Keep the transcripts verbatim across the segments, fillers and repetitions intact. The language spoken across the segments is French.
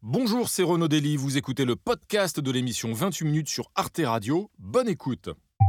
Bonjour, c'est Renaud Dely, vous écoutez le podcast de l'émission vingt-huit minutes sur Arte Radio. Bonne écoute.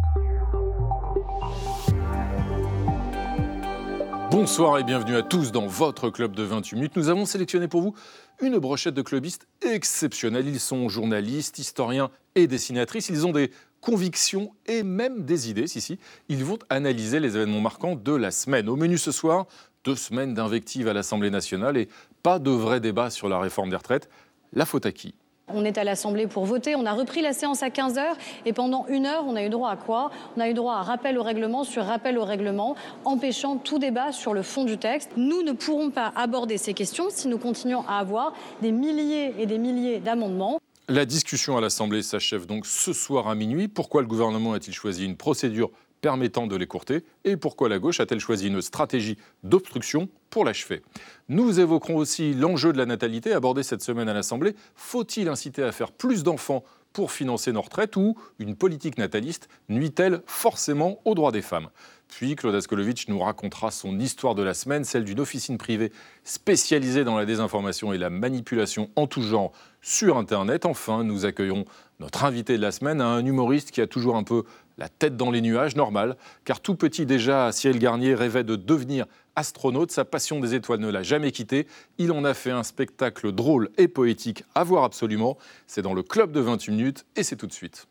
Bonsoir et bienvenue à tous dans votre club de vingt-huit minutes. Nous avons sélectionné pour vous une brochette de clubistes exceptionnels. Ils sont journalistes, historiens et dessinatrices. Ils ont des convictions et même des idées. Si, si, ils vont analyser les événements marquants de la semaine. Au menu ce soir, deux semaines d'invectives à l'Assemblée nationale et pas de vrai débat sur la réforme des retraites. La faute à qui ? On est à l'Assemblée pour voter, on a repris la séance à quinze heures et pendant une heure, on a eu droit à quoi ? On a eu droit à rappel au règlement sur rappel au règlement, empêchant tout débat sur le fond du texte. Nous ne pourrons pas aborder ces questions si nous continuons à avoir des milliers et des milliers d'amendements. La discussion à l'Assemblée s'achève donc ce soir à minuit. Pourquoi le gouvernement a-t-il choisi une procédure permettant de l'écourter ? Et pourquoi la gauche a-t-elle choisi une stratégie d'obstruction pour l'achever ? Nous évoquerons aussi l'enjeu de la natalité abordé cette semaine à l'Assemblée. Faut-il inciter à faire plus d'enfants pour financer nos retraites ou une politique nataliste nuit-elle forcément aux droits des femmes ? Puis Claude Askolovitch nous racontera son histoire de la semaine, celle d'une officine privée spécialisée dans la désinformation et la manipulation en tout genre sur Internet. Enfin, nous accueillerons notre invité de la semaine, un humoriste qui a toujours un peu la tête dans les nuages, normal, car tout petit déjà, Cyril Garnier rêvait de devenir astronaute. Sa passion des étoiles ne l'a jamais quitté. Il en a fait un spectacle drôle et poétique à voir absolument. C'est dans le club de vingt-huit minutes et c'est tout de suite.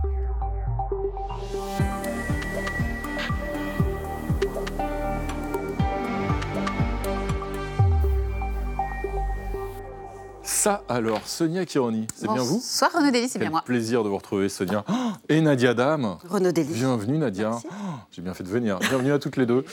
Ça alors, Sonia Kironi, c'est Bonsoir, bien vous ? Bonsoir Renaud Dely, c'est Quel bien moi. plaisir de vous retrouver, Sonia. Oh, et Nadia Dame. Renaud Dely. Bienvenue Nadia. Merci. Oh, j'ai bien fait de venir. Bienvenue à toutes les deux.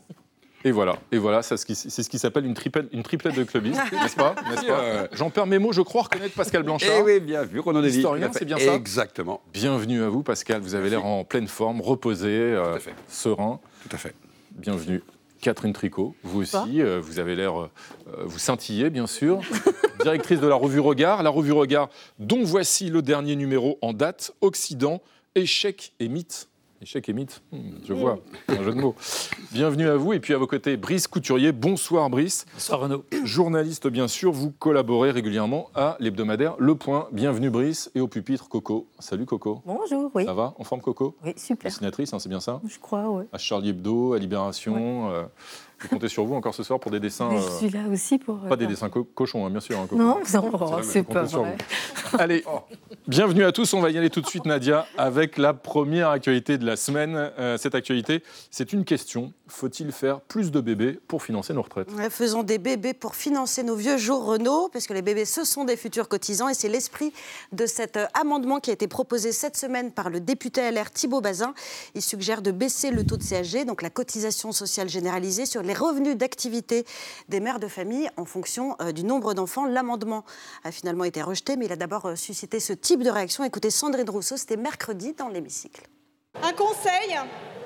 Et voilà, et voilà, c'est ce qui, c'est ce qui s'appelle une triplette, une triplette de clubistes, n'est-ce pas, n'est-ce pas euh... J'en perds mes mots, je crois reconnaître Pascal Blanchard. Eh oui, bien vu, Renaud Dely. Historien, c'est bien ça ? Exactement. Bienvenue à vous, Pascal. Vous avez l'air en pleine forme, reposé, euh, serein. Tout à fait. Bienvenue. Catherine Tricot, vous aussi, euh, vous avez l'air, euh, vous scintillez bien sûr, directrice de la revue Regard, la revue Regard dont voici le dernier numéro en date, Occident, échec et mythe. Échec et mythe, hmm, je vois, un jeu de mots. Bienvenue à vous, et puis à vos côtés, Brice Couturier. Bonsoir Brice. Bonsoir Renaud. Journaliste bien sûr, vous collaborez régulièrement à l'hebdomadaire Le Point. Bienvenue Brice, et au pupitre Coco. Salut Coco. Bonjour, oui. Ça va, en forme Coco ? Oui, super. Dessinatrice, hein, c'est bien ça ? Je crois, oui. À Charlie Hebdo, à Libération. Ouais. Euh, vous comptez sur vous encore ce soir pour des dessins. Mais euh, je suis là aussi pour. Pas euh, des dessins co- cochons, hein, bien sûr. Hein, Coco. Non, non, oh, c'est, c'est pas vrai. Allez, oh. Bienvenue à tous. On va y aller tout de suite, Nadia, avec la première actualité de la semaine. Euh, cette actualité, c'est une question. Faut-il faire plus de bébés pour financer nos retraites ? Ouais, faisons des bébés pour financer nos vieux jours, Renaud, parce que les bébés, ce sont des futurs cotisants. Et c'est l'esprit de cet amendement qui a été proposé cette semaine par le député L R Thibault Bazin. Il suggère de baisser le taux de C S G, donc la cotisation sociale généralisée, sur les revenus d'activité des mères de famille en fonction euh, du nombre d'enfants. L'amendement a finalement été rejeté, mais il a d'abord euh, suscité ce type de réaction. Écoutez, Sandrine Rousseau, c'était mercredi dans l'hémicycle. Un conseil,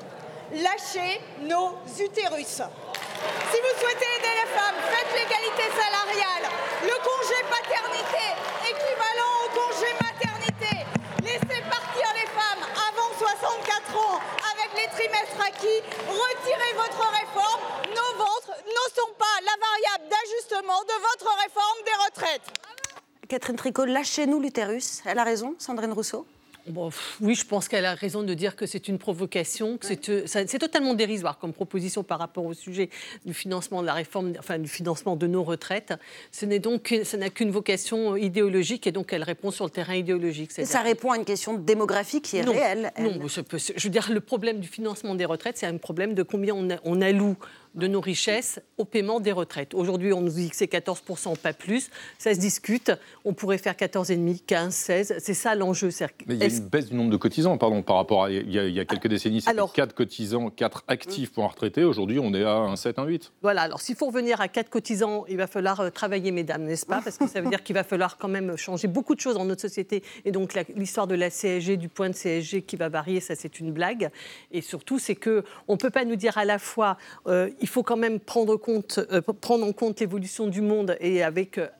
lâchez nos utérus. Si vous souhaitez aider les femmes, faites l'égalité salariale, le congé paternité équivalent au congé maternité. Laissez partir les femmes avant soixante-quatre ans avec les trimestres acquis. Retirez votre réforme. Nos ventres ne sont pas la variable d'ajustement de votre réforme des retraites. Catherine Tricot, lâchez-nous l'utérus. Elle a raison, Sandrine Rousseau ? Bon, pff, oui, je pense qu'elle a raison de dire que c'est une provocation, que ouais. c'est, ça, c'est totalement dérisoire comme proposition par rapport au sujet du financement de la réforme, enfin du financement de nos retraites. Ce n'est donc, ça n'a qu'une vocation idéologique et donc elle répond sur le terrain idéologique. Et ça répond à une question de démographie qui est non, réelle. Elle. Non, je, peux, je veux dire, le problème du financement des retraites, c'est un problème de combien on, a, on alloue de nos richesses au paiement des retraites. Aujourd'hui, on nous dit que c'est quatorze pour cent, pas plus. Ça se discute. On pourrait faire quatorze virgule cinq, quinze, seize. C'est ça l'enjeu. Mais il y a Est-ce... une baisse du nombre de cotisants, pardon, par rapport à il y a, il y a quelques décennies. C'était alors, quatre cotisants, quatre actifs pour un retraité. Aujourd'hui, on est à un sept, un huit. Voilà. Alors, s'il faut revenir à quatre cotisants, il va falloir travailler, mesdames, n'est-ce pas ? Parce que ça veut dire qu'il va falloir quand même changer beaucoup de choses dans notre société. Et donc, la, l'histoire de la C S G, du point de C S G qui va varier, ça, c'est une blague. Et surtout, c'est qu'on ne peut pas nous dire à la fois, euh, il faut quand même prendre Compte, euh, prendre en compte l'évolution du monde et avec euh,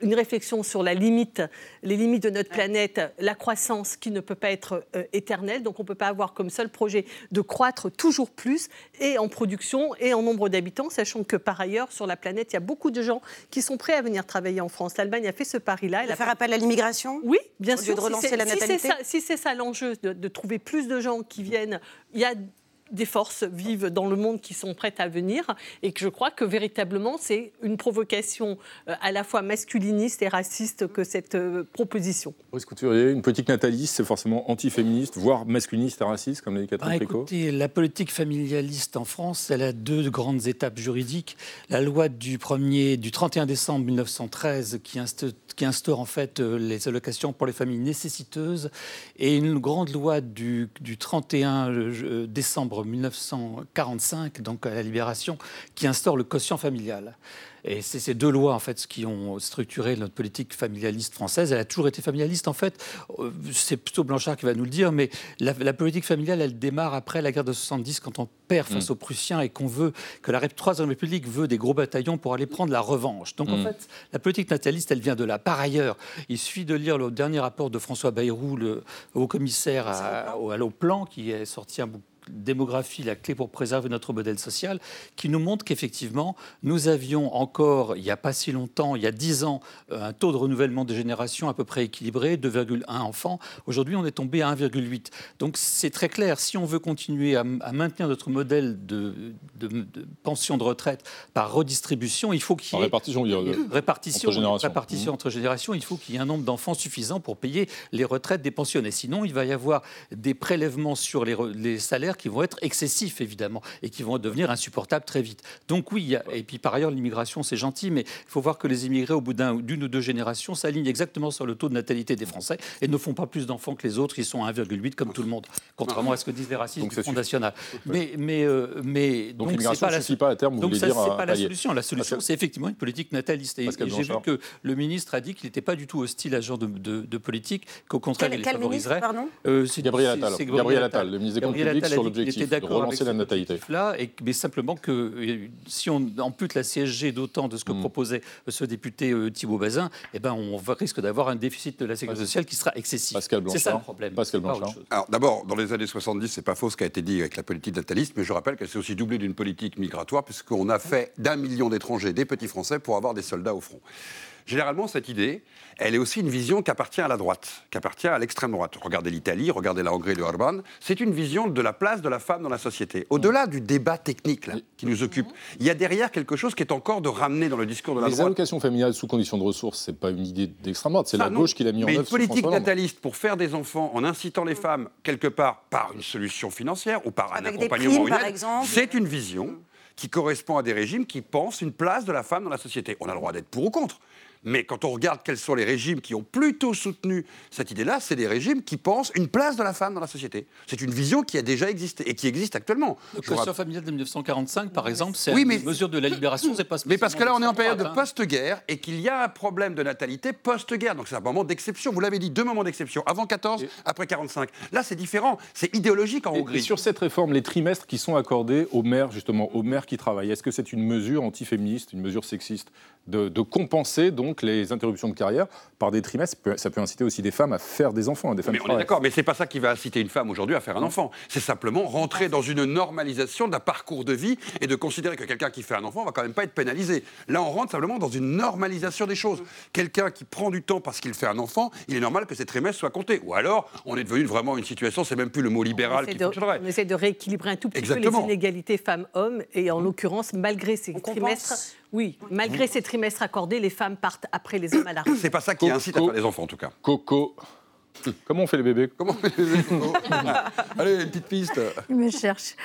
une réflexion sur la limite, les limites de notre planète, la croissance qui ne peut pas être euh, éternelle. Donc on ne peut pas avoir comme seul projet de croître toujours plus, et en production et en nombre d'habitants, sachant que par ailleurs, sur la planète, il y a beaucoup de gens qui sont prêts à venir travailler en France. L'Allemagne a fait ce pari-là. Elle a faire appel à l'immigration ? Oui, bien au sûr. Lieu de relancer si la natalité. Si c'est ça, si c'est ça l'enjeu, de, de trouver plus de gens qui viennent, il y a des forces vives dans le monde qui sont prêtes à venir, et que je crois que véritablement c'est une provocation à la fois masculiniste et raciste que cette proposition. Brice Couturier, une politique nataliste, c'est forcément antiféministe, voire masculiniste et raciste, comme l'a dit Catherine ah, Tricot. Écoutez, la politique familialiste en France, elle a deux grandes étapes juridiques. La loi du, premier, du trente et un décembre mille neuf cent treize qui instaure, qui instaure en fait les allocations pour les familles nécessiteuses, et une grande loi du, du trente et un décembre mille neuf cent quarante-cinq, donc à la Libération, qui instaure le quotient familial. Et c'est ces deux lois en fait qui ont structuré notre politique familialiste française. Elle a toujours été familialiste en fait. C'est plutôt Blanchard qui va nous le dire, mais la, la politique familiale, elle démarre après la guerre de soixante-dix, quand on perd face mmh. aux Prussiens et qu'on veut que la Troisième République veut des gros bataillons pour aller prendre la revanche. Donc mmh. en fait, la politique nataliste, elle vient de là. Par ailleurs, il suffit de lire le dernier rapport de François Bayrou, le haut-commissaire à, au, au plan, qui est sorti un bouquin. Démographie, la clé pour préserver notre modèle social, qui nous montre qu'effectivement, nous avions encore, il n'y a pas si longtemps, il y a dix ans, un taux de renouvellement des générations à peu près équilibré, deux virgule un enfants. Aujourd'hui, on est tombé à un virgule huit. Donc c'est très clair, si on veut continuer à, à maintenir notre modèle de, de, de pension de retraite par redistribution, il faut qu'il y ait... répartition, il y a répartition, entre générations. répartition mmh. entre générations, il faut qu'il y ait un nombre d'enfants suffisant pour payer les retraites des pensionnés. Sinon, il va y avoir des prélèvements sur les, les salaires qui vont être excessifs, évidemment, et qui vont devenir insupportables très vite. Donc oui, il y a, et puis par ailleurs, l'immigration, c'est gentil, mais il faut voir que les immigrés, au bout d'un, d'une ou deux générations, s'alignent exactement sur le taux de natalité des Français et ne font pas plus d'enfants que les autres, ils sont à un virgule huit comme tout le monde, contrairement à ce que disent les racistes du Front National. Mais, mais, euh, mais, donc, donc l'immigration ne suffit pas à terme, vous donc voulez ça, dire... c'est à, pas la allier. solution. La solution, c'est effectivement une politique nataliste. Et, et j'ai vu que le ministre a dit qu'il n'était pas du tout hostile à ce genre de, de, de politique, qu'au contraire, quel, il quel favoriserait. Ministre, pardon euh, c'est Gabriel Attal, c'est, c'est Gabriel Attal, le ministre des Comptes publics, sur l'objectif de relancer la natalité. Là, et, mais simplement que si on ampute la C S G d'autant de ce que mmh. proposait ce député euh, Thibault Bazin, eh ben, on va, risque d'avoir un déficit de la sécurité sociale qui sera excessif. Pascal Blanchard. C'est ça le problème. Pascal Blanchard. Alors d'abord, dans les années soixante-dix, c'est pas faux ce qui a été dit avec la politique nataliste, mais je rappelle qu'elle s'est aussi doublée d'une politique migratoire, puisqu'on a fait d'un million d'étrangers des petits Français pour avoir des soldats au front. Généralement, cette idée, elle est aussi une vision qui appartient à la droite, qui appartient à l'extrême droite. Regardez l'Italie, regardez la Hongrie de Orban. C'est une vision de la place de la femme dans la société. Au-delà du débat technique là, qui nous occupe, il y a derrière quelque chose qui est encore de ramener dans le discours de la les droite. Les allocations familiales sous conditions de ressources, c'est pas une idée d'extrême droite, c'est Ça, la non. gauche qui l'a mis Mais en œuvre. Mais une politique nataliste pour faire des enfants en incitant les femmes quelque part par une solution financière ou par Avec un accompagnement des primes, par exemple. C'est une vision qui correspond à des régimes qui pensent une place de la femme dans la société. On a le droit d'être pour ou contre. Mais quand on regarde quels sont les régimes qui ont plutôt soutenu cette idée-là, c'est des régimes qui pensent une place de la femme dans la société. C'est une vision qui a déjà existé et qui existe actuellement. Le quotient familial de mille neuf cent quarante-cinq, par exemple, c'est oui, mais... une mesure de la libération, c'est pas Mais parce que là, on est en période hein. de post-guerre et qu'il y a un problème de natalité post-guerre. Donc c'est un moment d'exception. Vous l'avez dit, deux moments d'exception. Avant quatorze, et... après quarante-cinq. Là, c'est différent. C'est idéologique en et, Hongrie. Et sur cette réforme, les trimestres qui sont accordés aux mères, justement, aux mères qui travaillent, est-ce que c'est une mesure antiféministe, une mesure sexiste de, de compenser donc les interruptions de carrière par des trimestres? Ça peut inciter aussi des femmes à faire des enfants, des femmes mais qui on travaillent. est d'accord, mais c'est pas ça qui va inciter une femme aujourd'hui à faire un enfant. C'est simplement rentrer dans une normalisation d'un parcours de vie et de considérer que quelqu'un qui fait un enfant va quand même pas être pénalisé. Là, on rentre simplement dans une normalisation des choses. Quelqu'un qui prend du temps parce qu'il fait un enfant, il est normal que ses trimestres soient comptés. Ou alors, on est devenu vraiment une situation, c'est même plus le mot libéral qui de, fonctionnerait. On essaie de rééquilibrer un tout petit Exactement. peu les inégalités femmes-hommes et en l'occurrence, malgré ces on trimestres... Compense. Oui, malgré ces trimestres accordés, les femmes partent après les hommes à la retraite. C'est pas ça qui incite à faire des enfants, en tout cas. Coco. Comment on fait les bébés? Comment on fait les bébés, Coco? Allez, une petite piste. Il me cherche.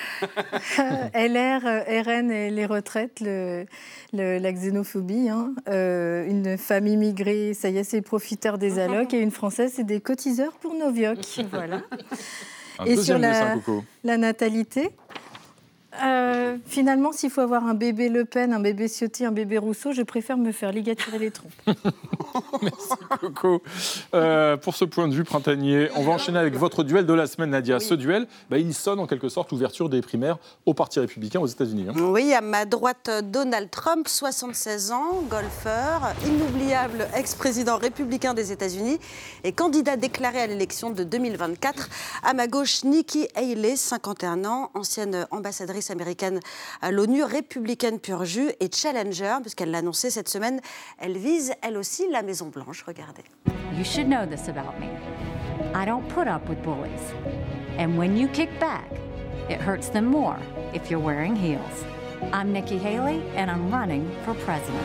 L R, R N et les retraites, le, le, la xénophobie. Hein. Euh, une femme immigrée, ça y est, c'est profiteur des allocs. Et une Française, c'est des cotiseurs pour nos viocs. Voilà. Un et deuxième sur la, dessin, Coco. la natalité, Euh, finalement, s'il faut avoir un bébé Le Pen, un bébé Ciotti, un bébé Rousseau, je préfère me faire ligaturer les trompes. Merci Coco. Euh, pour ce point de vue printanier, on va enchaîner avec votre duel de la semaine, Nadia. Oui. Ce duel, bah, il sonne en quelque sorte l'ouverture des primaires au Parti républicain aux États-Unis. Hein. Oui, à ma droite, Donald Trump, soixante-seize ans, golfeur, inoubliable ex-président républicain des États-Unis et candidat déclaré à l'élection de deux mille vingt-quatre. À ma gauche, Nikki Haley, cinquante et un ans, ancienne ambassadrice américaine à l'ONU, républicaine pur jus et challenger, puisqu'elle l'a annoncé cette semaine, elle vise elle aussi la Maison-Blanche. Regardez. You should know this about me. I don't put up with bullies. And when you kick back, it hurts them more if you're wearing heels. I'm Nikki Haley and I'm running for president.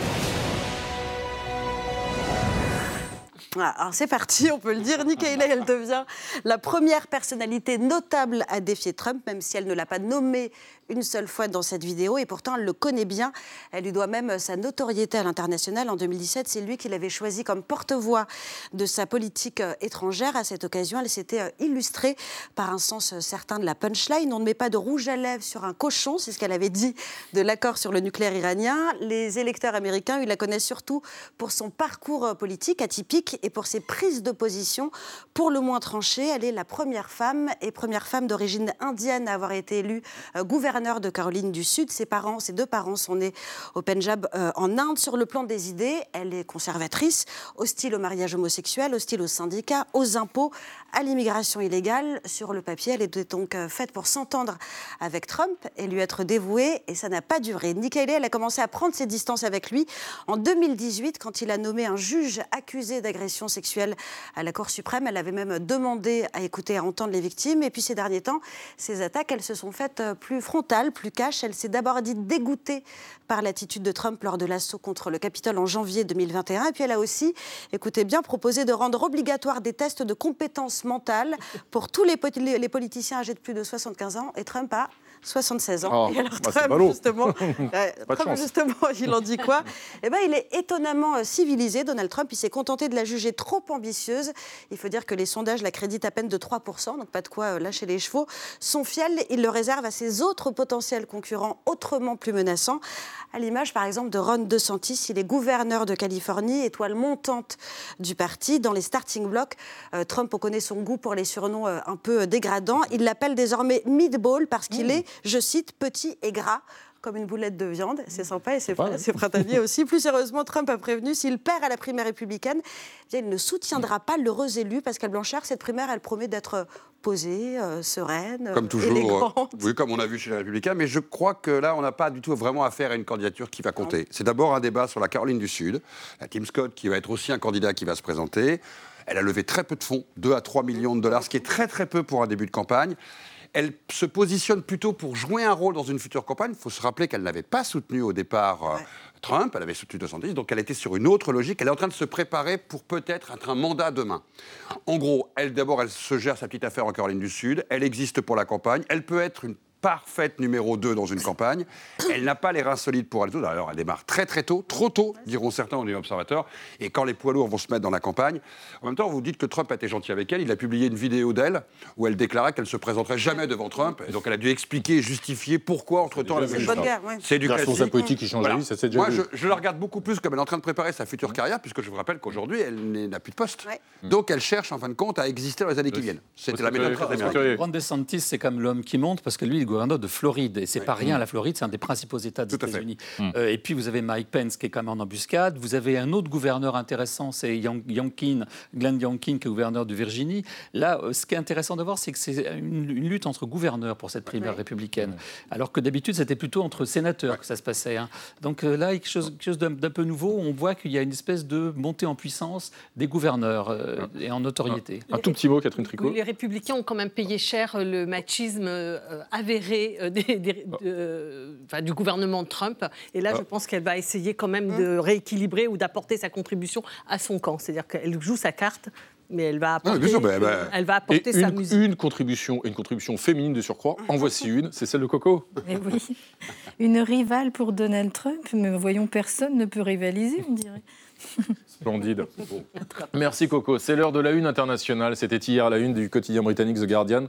Voilà, alors c'est parti, on peut le dire. Nikki Haley, elle devient la première personnalité notable à défier Trump, même si elle ne l'a pas nommé une seule fois dans cette vidéo, et pourtant elle le connaît bien. Elle lui doit même sa notoriété à l'international. En deux mille dix-sept, c'est lui qui l'avait choisi comme porte-voix de sa politique étrangère. À cette occasion, elle s'était illustrée par un sens certain de la punchline. On ne met pas de rouge à lèvres sur un cochon, c'est ce qu'elle avait dit de l'accord sur le nucléaire iranien. Les électeurs américains, ils la connaissent surtout pour son parcours politique atypique et pour ses prises de position pour le moins tranchées. Elle est la première femme et première femme d'origine indienne à avoir été élue euh, gouverneure de Caroline du Sud. Ses parents, ses deux parents sont nés au Pendjab euh, en Inde. Sur le plan des idées, elle est conservatrice, hostile au mariage homosexuel, hostile aux syndicats, aux impôts, à l'immigration illégale. Sur le papier, elle était donc euh, faite pour s'entendre avec Trump et lui être dévouée, et ça n'a pas duré. Nikki Haley, elle a commencé à prendre ses distances avec lui en deux mille dix-huit, quand il a nommé un juge accusé d'agression sexuelle à la Cour suprême. Elle avait même demandé à écouter et à entendre les victimes. Et puis ces derniers temps, ces attaques, elles se sont faites plus frontales, plus cash. Elle s'est d'abord dit dégoûtée par l'attitude de Trump lors de l'assaut contre le Capitole en janvier deux mille vingt et un. Et puis elle a aussi, écoutez bien, proposé de rendre obligatoire des tests de compétences mentales pour tous les, les politiciens âgés de plus de soixante-quinze ans. Et Trump a soixante-seize ans. Oh, et alors bah Trump, justement, euh, Trump justement, il en dit quoi? Eh ben, il est étonnamment euh, civilisé, Donald Trump. Il s'est contenté de la juger trop ambitieuse. Il faut dire que les sondages la créditent à peine de trois pour cent, donc pas de quoi euh, lâcher les chevaux. Son fiel, il le réserve à ses autres potentiels concurrents autrement plus menaçants. À l'image, par exemple, de Ron DeSantis. Il est gouverneur de Californie, étoile montante du parti. Dans les starting blocks, euh, Trump, on connaît son goût pour les surnoms euh, un peu dégradants. Il l'appelle désormais Meatball parce qu'il mmh. est, je cite, petit et gras, comme une boulette de viande. C'est sympa et c'est, ouais. c'est printanier aussi. Plus sérieusement, Trump a prévenu, s'il perd à la primaire républicaine, eh bien, il ne soutiendra pas l'heureuse élue. Pascale Blanchard, cette primaire, elle promet d'être posée, euh, sereine, comme toujours, élégante. Euh, oui, comme on a vu chez les Républicains. Mais je crois que là, on n'a pas du tout vraiment affaire à une candidature qui va compter. Non. C'est d'abord un débat sur la Caroline du Sud. La Tim Scott, qui va être aussi un candidat qui va se présenter. Elle a levé très peu de fonds, deux à trois millions de dollars, ce qui est très très peu pour un début de campagne. Elle se positionne plutôt pour jouer un rôle dans une future campagne. Il faut se rappeler qu'elle n'avait pas soutenu au départ euh, ouais. Trump, elle avait soutenu DeSantis, donc elle était sur une autre logique. Elle est en train de se préparer pour peut-être être un mandat demain. En gros, elle d'abord, elle se gère sa petite affaire en Caroline du Sud, elle existe pour la campagne, elle peut être une parfaite numéro deux dans une campagne. Elle n'a pas les reins solides pour aller tout. Alors, elle démarre très très tôt, trop tôt, diront certains au niveau observateur. Et quand les poids lourds vont se mettre dans la campagne, en même temps, vous dites que Trump a été gentil avec elle. Il a publié une vidéo d'elle où elle déclarait qu'elle ne se présenterait jamais devant Trump. Et donc, elle a dû expliquer et justifier pourquoi, entre-temps, elle avait bonne guerre, ouais. C'est du classique. Politique qui change voilà. la vie, ça c'est déjà Moi, je, je la regarde beaucoup plus comme elle est en train de préparer sa future carrière, puisque je vous rappelle qu'aujourd'hui, elle n'a plus de poste. Ouais. Donc, elle cherche, en fin de compte, à exister dans les années qui viennent. C'était la méthode très américaine. Ron DeSantis, c'est comme l'homme qui monte, parce que lui, il est gouverneur de Floride. Et c'est oui. pas rien, la Floride, c'est un des principaux États des États-Unis. Euh, et puis vous avez Mike Pence qui est quand même en embuscade. Vous avez un autre gouverneur intéressant, c'est Youngkin, Glenn Youngkin, qui est gouverneur de Virginie. Là, ce qui est intéressant de voir, c'est que c'est une, une lutte entre gouverneurs pour cette primaire oui. républicaine. Alors que d'habitude, c'était plutôt entre sénateurs oui. que ça se passait. Hein. Donc euh, là, il y a quelque chose, quelque chose d'un, d'un peu nouveau. On voit qu'il y a une espèce de montée en puissance des gouverneurs euh, oui. et en notoriété. Un, un tout petit mot, Catherine Tricot. Les républicains ont quand même payé cher le machisme euh, avéré euh, des Des, de, enfin, du gouvernement de Trump. Et là, ah. je pense qu'elle va essayer quand même de rééquilibrer ou d'apporter sa contribution à son camp. C'est-à-dire qu'elle joue sa carte, mais elle va apporter, ah, sûr, bah, bah, elle va apporter sa une, musique. Une contribution, une contribution féminine de surcroît. En voici une, c'est celle de Coco. Et oui, une rivale pour Donald Trump, mais voyons, personne ne peut rivaliser, on dirait. Splendide. Merci Coco. C'est l'heure de la une internationale. C'était hier la une du quotidien britannique The Guardian.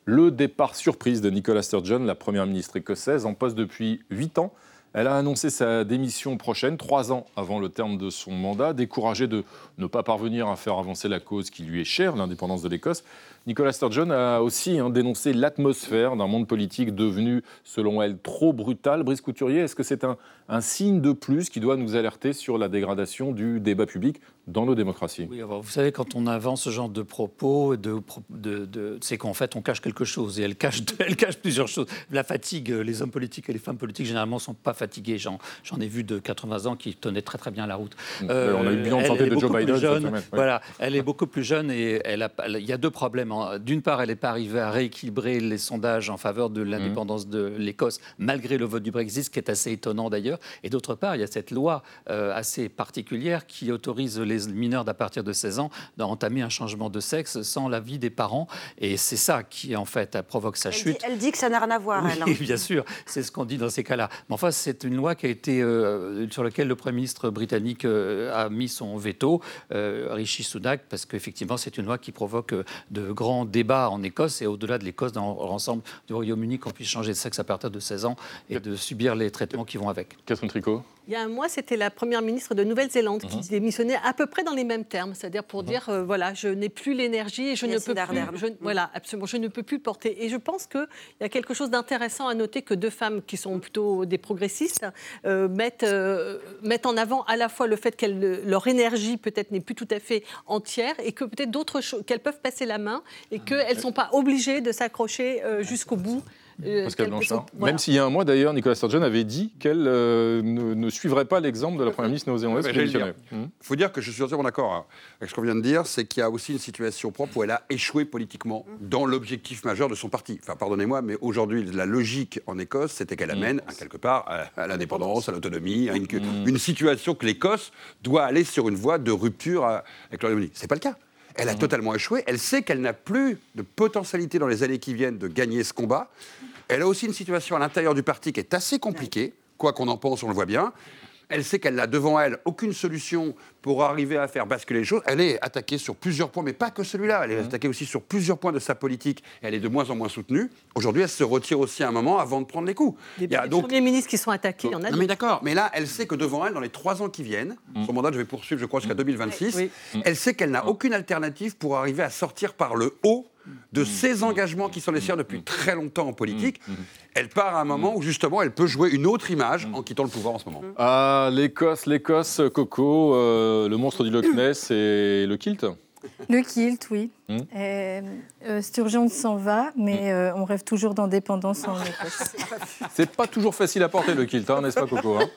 Le départ surprise de Nicola Sturgeon, la première ministre écossaise, en poste depuis huit ans. Elle a annoncé sa démission prochaine, trois ans avant le terme de son mandat. Découragée de ne pas parvenir à faire avancer la cause qui lui est chère, l'indépendance de l'Écosse, Nicola Sturgeon a aussi hein, dénoncé l'atmosphère d'un monde politique devenu, selon elle, trop brutal. Brice Couturier, est-ce que c'est un, un signe de plus qui doit nous alerter sur la dégradation du débat public dans nos démocraties? Oui, alors, vous savez, quand on avance ce genre de propos, de, de, de, c'est qu'en fait, on cache quelque chose. Et elle cache, elle cache plusieurs choses. La fatigue, les hommes politiques et les femmes politiques, généralement, ne sont pas fatigués. J'en, j'en ai vu de quatre-vingts ans qui tenaient très, très bien la route. Euh, on a eu le bilan de santé de Joe Biden. Jeune, cette semaine, oui. Voilà, elle est beaucoup plus jeune et elle a, il y a deux problèmes. D'une part, elle n'est pas arrivée à rééquilibrer les sondages en faveur de l'indépendance mmh. de l'Écosse, malgré le vote du Brexit, ce qui est assez étonnant d'ailleurs. Et d'autre part, il y a cette loi euh, assez particulière qui autorise les mineurs d'à partir de seize ans d'entamer un changement de sexe sans l'avis des parents. Et c'est ça qui, en fait, provoque sa elle chute. Dit, elle dit que ça n'a rien à voir, oui, elle. Hein. Bien sûr, c'est ce qu'on dit dans ces cas-là. Mais enfin, c'est une loi qui a été, euh, sur laquelle le Premier ministre britannique euh, a mis son veto, euh, Rishi Sunak, parce qu'effectivement, c'est une loi qui provoque euh, de grands débats en Écosse et au-delà de l'Écosse, dans l'ensemble du Royaume-Uni, qu'on puisse changer de sexe à partir de seize ans et de subir les traitements qui vont avec. Catherine Tricot. Il y a un mois, c'était la première ministre de Nouvelle-Zélande uh-huh. qui démissionnait à peu près dans les mêmes termes, c'est-à-dire pour uh-huh. dire euh, voilà, je n'ai plus l'énergie et je ne peux plus, je, mmh. voilà, absolument, je ne peux plus porter. Et je pense qu'il y a quelque chose d'intéressant à noter que deux femmes qui sont plutôt des progressistes euh, mettent, euh, mettent en avant à la fois le fait que leur énergie peut-être n'est plus tout à fait entière et que peut-être d'autres choses, qu'elles peuvent passer la main et qu'elles ne sont pas obligées de s'accrocher euh, jusqu'au bout. Euh, Pascal Blanchard. Voilà. Même s'il y a un mois d'ailleurs, Nicola Sturgeon avait dit qu'elle euh, ne, ne suivrait pas l'exemple de la première ministre néo-zélandaise. Il mmh. faut dire que je suis entièrement d'accord avec ce qu'on vient de dire, c'est qu'il y a aussi une situation propre où elle a échoué politiquement dans l'objectif majeur de son parti. Enfin, pardonnez-moi, mais aujourd'hui, la logique en Écosse, c'était qu'elle amène, mmh. à quelque part, à, à l'indépendance, à l'autonomie, à une, mmh. une situation que l'Écosse doit aller sur une voie de rupture à, avec le Royaume-Uni. C'est pas le cas. Elle a mmh. totalement échoué. Elle sait qu'elle n'a plus de potentialité dans les années qui viennent de gagner ce combat. Elle a aussi une situation à l'intérieur du parti qui est assez compliquée, quoi qu'on en pense, on le voit bien. Elle sait qu'elle n'a devant elle aucune solution pour arriver à faire basculer les choses. Elle est attaquée sur plusieurs points, mais pas que celui-là. Elle est attaquée aussi sur plusieurs points de sa politique. Elle est de moins en moins soutenue. Aujourd'hui, elle se retire aussi un moment avant de prendre les coups. Il y a donc premiers ministres qui sont attaqués. Il y en a. Non, mais d'accord. Mais là, elle sait que devant elle, dans les trois ans qui viennent, mmh. son mandat, je vais poursuivre, je crois, jusqu'à deux mille vingt-six. Oui. Oui. Elle sait qu'elle n'a aucune alternative pour arriver à sortir par le haut de ces engagements qui sont les siens depuis très longtemps en politique. Elle part à un moment où, justement, elle peut jouer une autre image en quittant le pouvoir en ce moment. Ah, l'Écosse, l'Écosse, Coco, euh, le monstre du Loch Ness et le kilt. Le kilt, oui. Mmh. Euh, euh, Sturgeon s'en va, mais euh, on rêve toujours d'indépendance en Écosse. C'est pas toujours facile à porter, le kilt, hein, n'est-ce pas, Coco hein.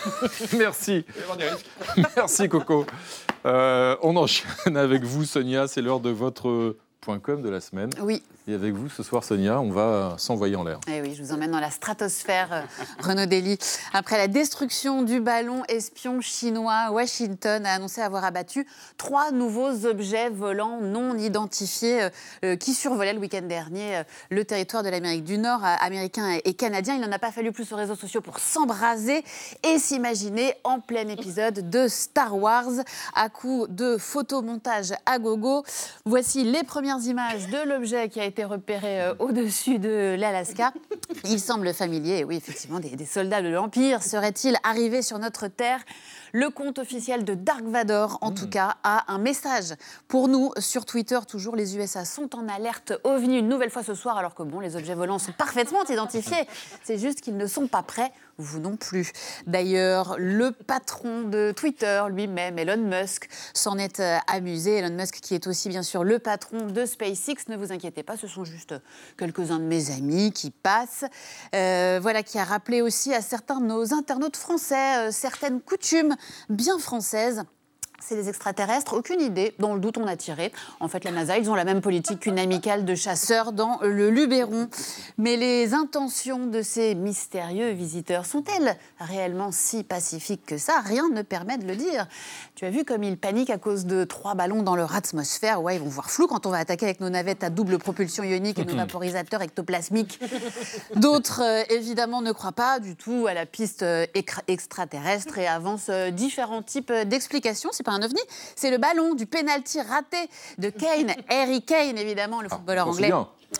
Merci. Merci, Coco. Euh, on enchaîne avec vous, Sonia. C'est l'heure de votre... .com de la semaine. Oui. Et avec vous, ce soir, Sonia, on va s'envoyer en l'air. Eh oui, je vous emmène dans la stratosphère, euh, Renaud Dely. Après la destruction du ballon espion chinois, Washington a annoncé avoir abattu trois nouveaux objets volants non identifiés euh, euh, qui survolaient le week-end dernier euh, le territoire de l'Amérique du Nord, euh, américain et canadien. Il n'en a pas fallu plus aux réseaux sociaux pour s'embraser et s'imaginer en plein épisode de Star Wars à coup de photomontage à gogo. Voici les premières images de l'objet qui a été repéré euh, au-dessus de l'Alaska. Il semble familier, oui, effectivement, des, des soldats de l'Empire seraient-ils arrivés sur notre terre ? Le compte officiel de Dark Vador, en mmh. tout cas, a un message pour nous sur Twitter. Toujours, les U S A sont en alerte OVNI une nouvelle fois ce soir, alors que bon, les objets volants sont parfaitement identifiés. C'est juste qu'ils ne sont pas prêts. Vous non plus. D'ailleurs, le patron de Twitter lui-même, Elon Musk, s'en est euh, amusé. Elon Musk, qui est aussi bien sûr le patron de SpaceX. Ne vous inquiétez pas, ce sont juste quelques-uns de mes amis qui passent. Euh, voilà, qui a rappelé aussi à certains de nos internautes français euh, certaines coutumes bien françaises. C'est des extraterrestres, aucune idée, dans le doute on a tiré. En fait, la NASA, ils ont la même politique qu'une amicale de chasseurs dans le Luberon. Mais les intentions de ces mystérieux visiteurs sont-elles réellement si pacifiques que ça ? Rien ne permet de le dire. Tu as vu comme ils paniquent à cause de trois ballons dans leur atmosphère. Ouais, ils vont voir flou quand on va attaquer avec nos navettes à double propulsion ionique et nos vaporisateurs ectoplasmiques. D'autres, euh, évidemment, ne croient pas du tout à la piste euh, extraterrestre et avancent euh, différents types d'explications. C'est pas un ovni, c'est le ballon du penalty raté de Kane, Harry Kane évidemment, le footballeur ah, anglais.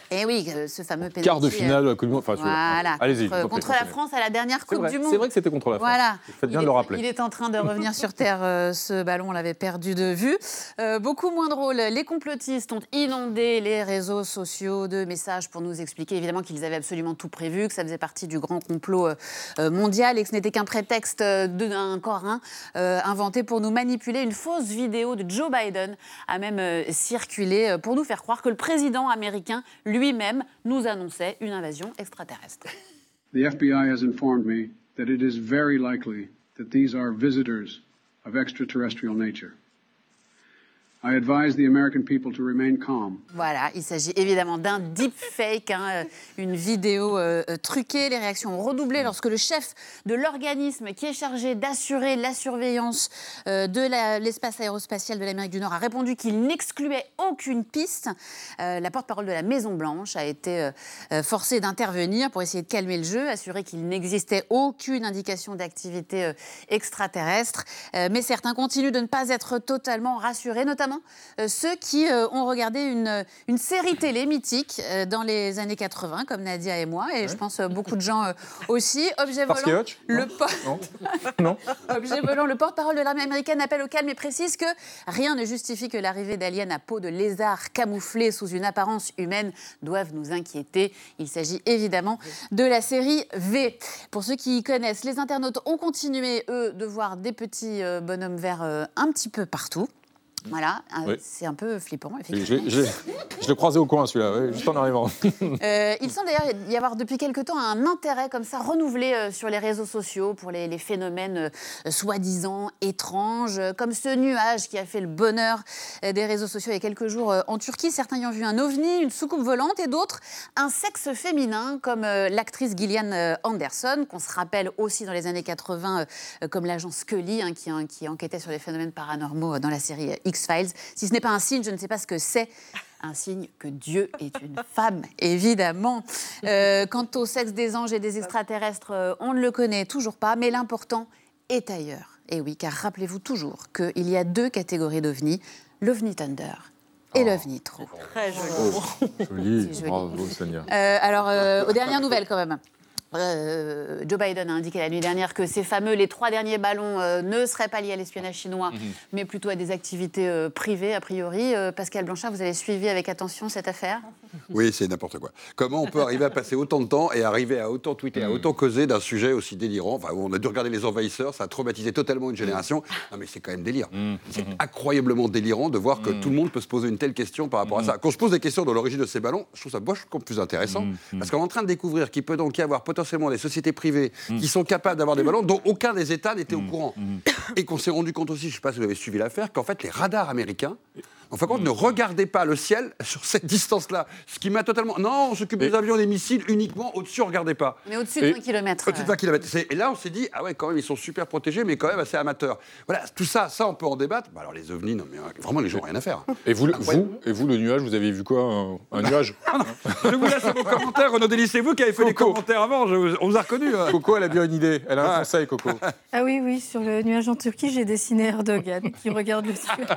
Et oui, ce fameux pénalty. Quart de finale, Coupe du Monde. Enfin, voilà. Allez-y. Contre, contre la France à la dernière Coupe vrai, du Monde. C'est vrai que c'était contre la France. Voilà. Faites bien il de le est, rappeler. Il est en train de revenir sur Terre. Euh, ce ballon, on l'avait perdu de vue. Euh, beaucoup moins drôle. Les complotistes ont inondé les réseaux sociaux de messages pour nous expliquer évidemment qu'ils avaient absolument tout prévu, que ça faisait partie du grand complot euh, mondial et que ce n'était qu'un prétexte d'un corin euh, inventé pour nous manipuler. Une fausse vidéo de Joe Biden a même euh, circulé pour nous faire croire que le président américain lui-même nous annonçait une invasion extraterrestre. The F B I has informed me that it is very likely that these are visitors of extraterrestrial nature. I advise the American people to remain calm. Voilà, il s'agit évidemment d'un deepfake, hein, une vidéo euh, truquée. Les réactions ont redoublé lorsque le chef de l'organisme qui est chargé d'assurer la surveillance euh, de la, l'espace aérospatial de l'Amérique du Nord a répondu qu'il n'excluait aucune piste. Euh, la porte-parole de la Maison-Blanche a été euh, forcée d'intervenir pour essayer de calmer le jeu, assurer qu'il n'existait aucune indication d'activité euh, extraterrestre. Euh, mais certains continuent de ne pas être totalement rassurés, notamment Euh, ceux qui euh, ont regardé une, une série télé mythique euh, dans les années quatre-vingts, comme Nadia et moi, et ouais. je pense euh, beaucoup de gens euh, aussi. Objet volant, le, po- non. Non. Objet volant, le porte-parole de l'armée américaine appelle au calme et précise que rien ne justifie que l'arrivée d'aliens à peau de lézard camouflés sous une apparence humaine doivent nous inquiéter. Il s'agit évidemment de la série V. Pour ceux qui connaissent, les internautes ont continué, eux, de voir des petits euh, bonhommes verts euh, un petit peu partout. Voilà, oui. C'est un peu flippant, effectivement. J'ai, j'ai, je l'ai croisé au coin, celui-là, ouais, juste en arrivant. euh, il semble d'ailleurs y avoir depuis quelque temps un intérêt comme ça renouvelé euh, sur les réseaux sociaux pour les, les phénomènes euh, soi-disant étranges, euh, comme ce nuage qui a fait le bonheur euh, des réseaux sociaux il y a quelques jours euh, en Turquie. Certains y ont vu un ovni, une soucoupe volante, et d'autres un sexe féminin, comme euh, l'actrice Gillian euh, Anderson, qu'on se rappelle aussi dans les années quatre-vingts euh, comme l'agent Scully, hein, qui, hein, qui enquêtait sur les phénomènes paranormaux dans la série X. X-Files. Si ce n'est pas un signe, je ne sais pas ce que c'est. Un signe que Dieu est une femme, évidemment. Euh, quant au sexe des anges et des extraterrestres, euh, on ne le connaît toujours pas, mais l'important est ailleurs. Et oui, car rappelez-vous toujours qu'il y a deux catégories d'ovnis, l'ovni Thunder et oh. l'ovni True. Très joli. Oh, joli. joli. Bravo, Sonia. Euh, alors, euh, aux dernières nouvelles, quand même. Euh, Joe Biden a indiqué la nuit dernière que ces fameux, les trois derniers ballons euh, ne seraient pas liés à l'espionnage chinois, mmh. mais plutôt à des activités euh, privées, a priori. Euh, Pascal Blanchard, vous avez suivi avec attention cette affaire ? Oui, c'est n'importe quoi. Comment on peut arriver à passer autant de temps et arriver à autant tweeter, mmh. à autant causer d'un sujet aussi délirant ? Enfin, on a dû regarder Les Envahisseurs, ça a traumatisé totalement une génération. Non, mais c'est quand même délire. Mmh. C'est mmh. incroyablement délirant de voir que mmh. tout le monde peut se poser une telle question par rapport mmh. à ça. Quand je pose des questions dans l'origine de ces ballons, je trouve ça beaucoup plus intéressant, mmh. parce qu'on est en train de découvrir qu'il peut donc y avoir potentiellement des sociétés privées mmh. qui sont capables d'avoir des ballons dont aucun des États n'était mmh. au courant. Mmh. Et qu'on s'est rendu compte aussi, je ne sais pas si vous avez suivi l'affaire, qu'en fait les radars américains, en fin de compte, mmh. ne regardez pas le ciel sur cette distance-là. Ce qui m'a totalement... Non, on s'occupe et... des avions et des missiles uniquement au-dessus, regardez pas. Mais au-dessus de vingt kilomètres. Au-dessus de vingt kilomètres. Et là, on s'est dit, ah ouais, quand même, ils sont super protégés, mais quand même assez amateurs. Voilà, tout ça, ça, on peut en débattre. Bah alors les ovnis, non, mais vraiment, les gens n'ont rien à faire. Et vous, vous, et vous, le nuage, vous avez vu quoi ? Un, un nuage ? Ah je vous laisse vos commentaires, Renaud Dély, c'est vous qui avez fait Coco. Les commentaires avant, je, on vous a reconnu. Hein. Coco, elle a bien une idée. Elle a un conseil, Coco. Ah oui, oui, sur le nuage en Turquie, j'ai dessiné Erdogan qui regarde le ciel.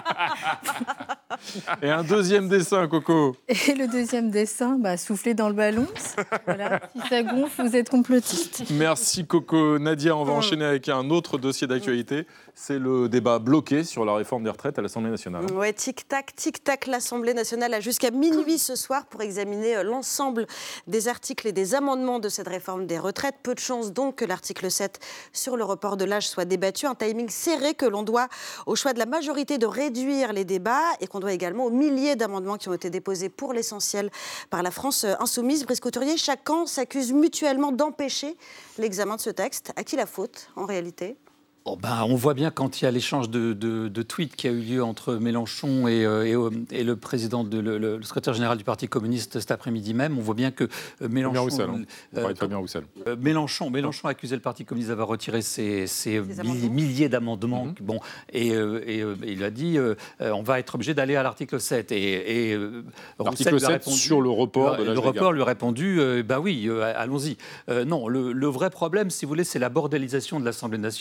Et un deuxième dessin, Coco. Et le deuxième dessin, bah, souffler dans le ballon. Voilà. Si ça gonfle, vous êtes complotiste. Merci, Coco. Nadia, on va enchaîner avec un autre dossier d'actualité. C'est le débat bloqué sur la réforme des retraites à l'Assemblée nationale. Ouais, tic-tac, tic-tac. L'Assemblée nationale a jusqu'à minuit ce soir pour examiner l'ensemble des articles et des amendements de cette réforme des retraites. Peu de chance donc que l'article sept sur le report de l'âge soit débattu. Un timing serré que l'on doit au choix de la majorité de réduire les débats et qu'on doit également aux milliers d'amendements qui ont été déposés pour l'essentiel par la France insoumise. Brice Couturier, chaque camp s'accuse mutuellement d'empêcher l'examen de ce texte. À qui la faute, en réalité ? Oh ben, on voit bien quand il y a l'échange de, de, de tweets qui a eu lieu entre Mélenchon et, euh, et, et le président, de, le, le secrétaire général du Parti communiste cet après-midi même, on voit bien que euh, Mélenchon, Roussel, hein. euh, Fabien Roussel. Euh, Mélenchon, Mélenchon accusait le Parti communiste d'avoir retiré ses, ses milliers, milliers d'amendements. Mm-hmm. Bon, et, euh, et euh, il a dit euh, on va être obligé d'aller à l'article sept. Et, et euh, l'article sept répondu, sur le report de l'âge légal. Le report lui a répondu euh, bah oui, euh, allons-y. Euh, non, le, le vrai problème, si vous voulez, c'est la bordélisation de l'Assemblée nationale. C'est le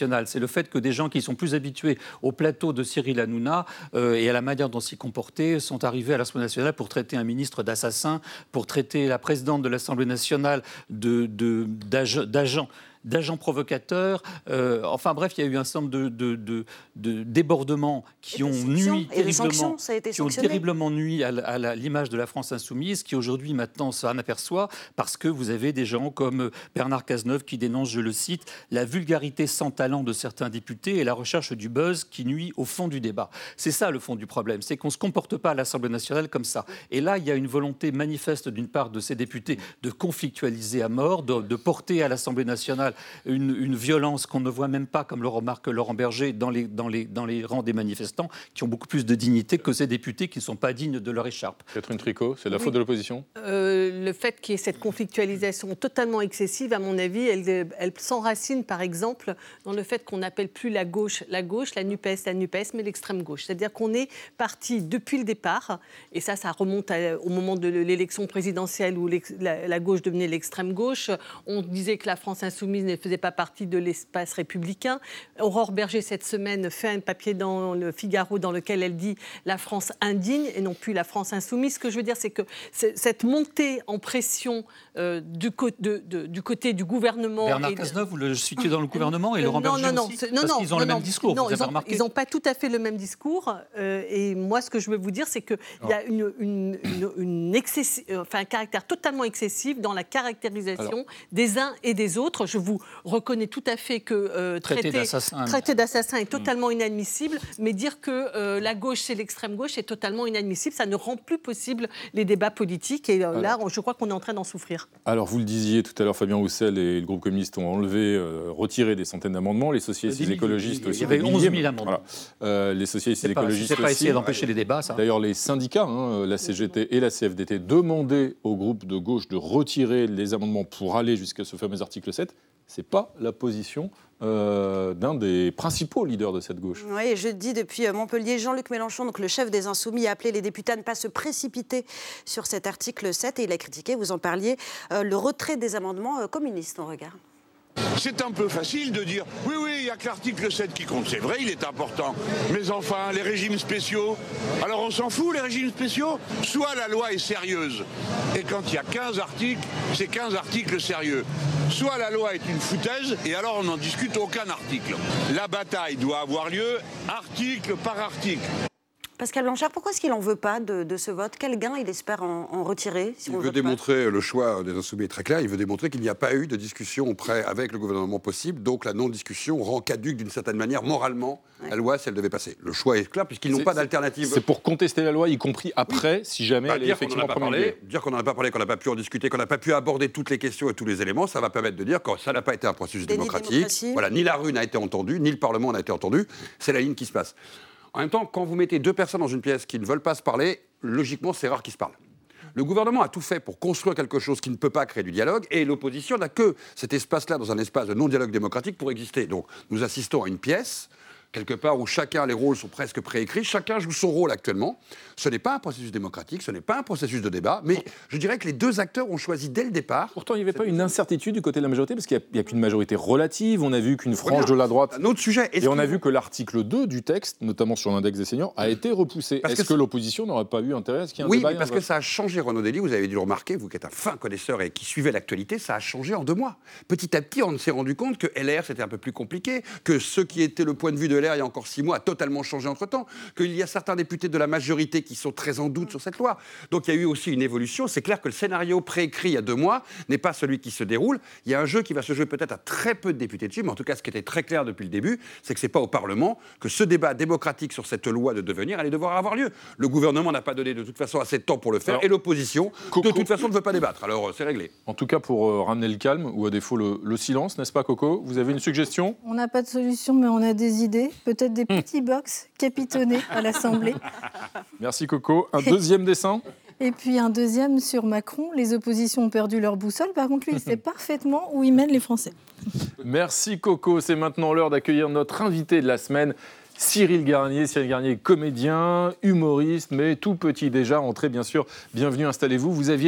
fait que des gens qui sont plus habitués au plateau de Cyril Hanouna euh, et à la manière dont s'y comporter sont arrivés à l'Assemblée nationale pour traiter un ministre d'assassin, pour traiter la présidente de l'Assemblée nationale de, de, d'ag- d'agent. d'agents provocateurs. Euh, enfin bref, il y a eu un certain nombre de, de, de, de débordements qui ont nui terriblement, qui ont terriblement nui à, la, à la, l'image de la France insoumise, qui aujourd'hui maintenant s'en aperçoit parce que vous avez des gens comme Bernard Cazeneuve qui dénoncent, je le cite, la vulgarité sans talent de certains députés et la recherche du buzz qui nuit au fond du débat. C'est ça le fond du problème, c'est qu'on ne se comporte pas à l'Assemblée nationale comme ça. Et là, il y a une volonté manifeste d'une part de ces députés de conflictualiser à mort, de, de porter à l'Assemblée nationale Une, une violence qu'on ne voit même pas, comme le remarque Laurent Berger, dans les, dans, les, dans les rangs des manifestants, qui ont beaucoup plus de dignité que ces députés qui ne sont pas dignes de leur écharpe. Catherine Tricot, c'est la oui. faute de l'opposition euh, Le fait qu'il y ait cette conflictualisation totalement excessive, à mon avis, elle, elle s'enracine, par exemple, dans le fait qu'on n'appelle plus la gauche la gauche, la NUPES la NUPES, mais l'extrême gauche. C'est-à-dire qu'on est parti depuis le départ, et ça, ça remonte à, au moment de l'élection présidentielle où la, la gauche devenait l'extrême gauche. On disait que la France insoumise ne faisait pas partie de l'espace républicain. Aurore Berger, cette semaine, fait un papier dans le Figaro dans lequel elle dit la France indigne et non plus la France insoumise. Ce que je veux dire, c'est que c'est, cette montée en pression euh, du, co- de, de, du côté du gouvernement... Bernard et Cazeneuve, vous le situez dans le gouvernement et euh, Laurent non, Berger non, non, aussi c'est, non, parce non, qu'ils ont non, le même non, discours, non, vous avez ils remarqué. n'ont pas tout à fait le même discours. Euh, et moi, ce que je veux vous dire, c'est qu'il y a une, une, une, une excessi- enfin, un caractère totalement excessif dans la caractérisation Alors. des uns et des autres. Je vous reconnais tout à fait que euh, traiter, traité d'assassin, traiter d'assassin est totalement mmh. inadmissible, mais dire que euh, la gauche c'est l'extrême gauche est totalement inadmissible. Ça ne rend plus possible les débats politiques et euh, là, je crois qu'on est en train d'en souffrir. Alors, vous le disiez tout à l'heure, Fabien Roussel et le groupe communiste ont enlevé, euh, retiré des centaines d'amendements. Les socialistes et les écologistes aussi. Il y avait onze mille amendements. Voilà. Euh, les socialistes et les écologistes c'est pas aussi. essayer d'empêcher les débats, ça. D'ailleurs, les syndicats, hein, la C G T et la C F D T, demandaient au groupe de gauche de retirer les amendements pour aller jusqu'à ce fameux article sept. Ce n'est pas la position euh, d'un des principaux leaders de cette gauche. Oui, et je dis depuis Montpellier, Jean-Luc Mélenchon, donc le chef des Insoumis, a appelé les députés à ne pas se précipiter sur cet article sept et il a critiqué, vous en parliez, euh, le retrait des amendements euh, communistes. On regarde. C'est un peu facile de dire oui, oui, il n'y a que l'article sept qui compte. C'est vrai, il est important. Mais enfin, les régimes spéciaux. Alors on s'en fout, les régimes spéciaux. Soit la loi est sérieuse, et quand il y a quinze articles, c'est quinze articles sérieux. Soit la loi est une foutaise, et alors on n'en discute aucun article. La bataille doit avoir lieu article par article. Pascal Blanchard, pourquoi est-ce qu'il n'en veut pas de, de ce vote? Quel gain il espère en, en retirer si Il on veut vote démontrer, pas le choix des Insoumis est très clair, il veut démontrer qu'il n'y a pas eu de discussion auprès avec le gouvernement possible, donc la non-discussion rend caduque d'une certaine manière, moralement, ouais. la loi si elle devait passer. Le choix est clair puisqu'ils n'ont c'est, pas d'alternative. C'est pour contester la loi, y compris après, oui. si jamais bah, elle est effectivement promulguée. Dire qu'on n'en a pas parlé, qu'on n'a pas pu en discuter, qu'on n'a pas pu aborder toutes les questions et tous les éléments, ça va permettre de dire que ça n'a pas été un processus Déni démocratique. Voilà, ni la rue n'a été entendue, ni le Parlement n'a été entendu. C'est la ligne qui se passe. En même temps, quand vous mettez deux personnes dans une pièce qui ne veulent pas se parler, logiquement, c'est rare qu'ils se parlent. Le gouvernement a tout fait pour construire quelque chose qui ne peut pas créer du dialogue, et l'opposition n'a que cet espace-là dans un espace de non-dialogue démocratique pour exister. Donc, nous assistons à une pièce, quelque part où chacun, les rôles sont presque préécrits, chacun joue son rôle actuellement. Ce n'est pas un processus démocratique, ce n'est pas un processus de débat, mais je dirais que les deux acteurs ont choisi dès le départ... Pourtant, il n'y avait pas une incertitude du côté de la majorité, parce qu'il n'y a, a qu'une majorité relative, on a vu qu'une frange de la droite... Un autre sujet... Et on a vu que l'article deux du texte, notamment sur l'index des seniors, a été repoussé. Parce Est-ce que, que l'opposition n'aurait pas eu intérêt à ce qu'il y ait un oui, débat? Oui, parce que ça a changé, Renaud Dely, vous avez dû le remarquer, vous qui êtes un fin connaisseur et qui suivez l'actualité, ça a changé en deux mois. Petit à petit, on s'est rendu compte que L R, c'était un peu plus compliqué, que ce qui était le point de vue de L R il y a encore six mois, totalement changé entre-temps, qu'il y a certains députés de la majorité qui sont très en doute sur cette loi. Donc il y a eu aussi une évolution. C'est clair que le scénario préécrit il y a deux mois n'est pas celui qui se déroule. Il y a un jeu qui va se jouer peut-être à très peu de députés dessus, mais en tout cas, ce qui était très clair depuis le début, c'est que ce n'est pas au Parlement que ce débat démocratique sur cette loi de devenir allait devoir avoir lieu. Le gouvernement n'a pas donné de toute façon assez de temps pour le faire, alors, et l'opposition, Coco, de toute façon, ne veut pas débattre. Alors c'est réglé. En tout cas, pour euh, ramener le calme, ou à défaut le, le silence, n'est-ce pas, Coco? Vous avez une suggestion? On n'a pas de solution, mais on a des idées. Peut-être des petits hum. box capitonnés à l'Assemblée. Merci, Coco. Un deuxième dessin? Et puis un deuxième sur Macron. Les oppositions ont perdu leur boussole. Par contre, lui, il sait parfaitement où il mène les Français. Merci, Coco. C'est maintenant l'heure d'accueillir notre invité de la semaine, Cyril Garnier. Cyril Garnier, comédien, humoriste, mais tout petit déjà. Entrez, bien sûr. Bienvenue, installez-vous. Vous aviez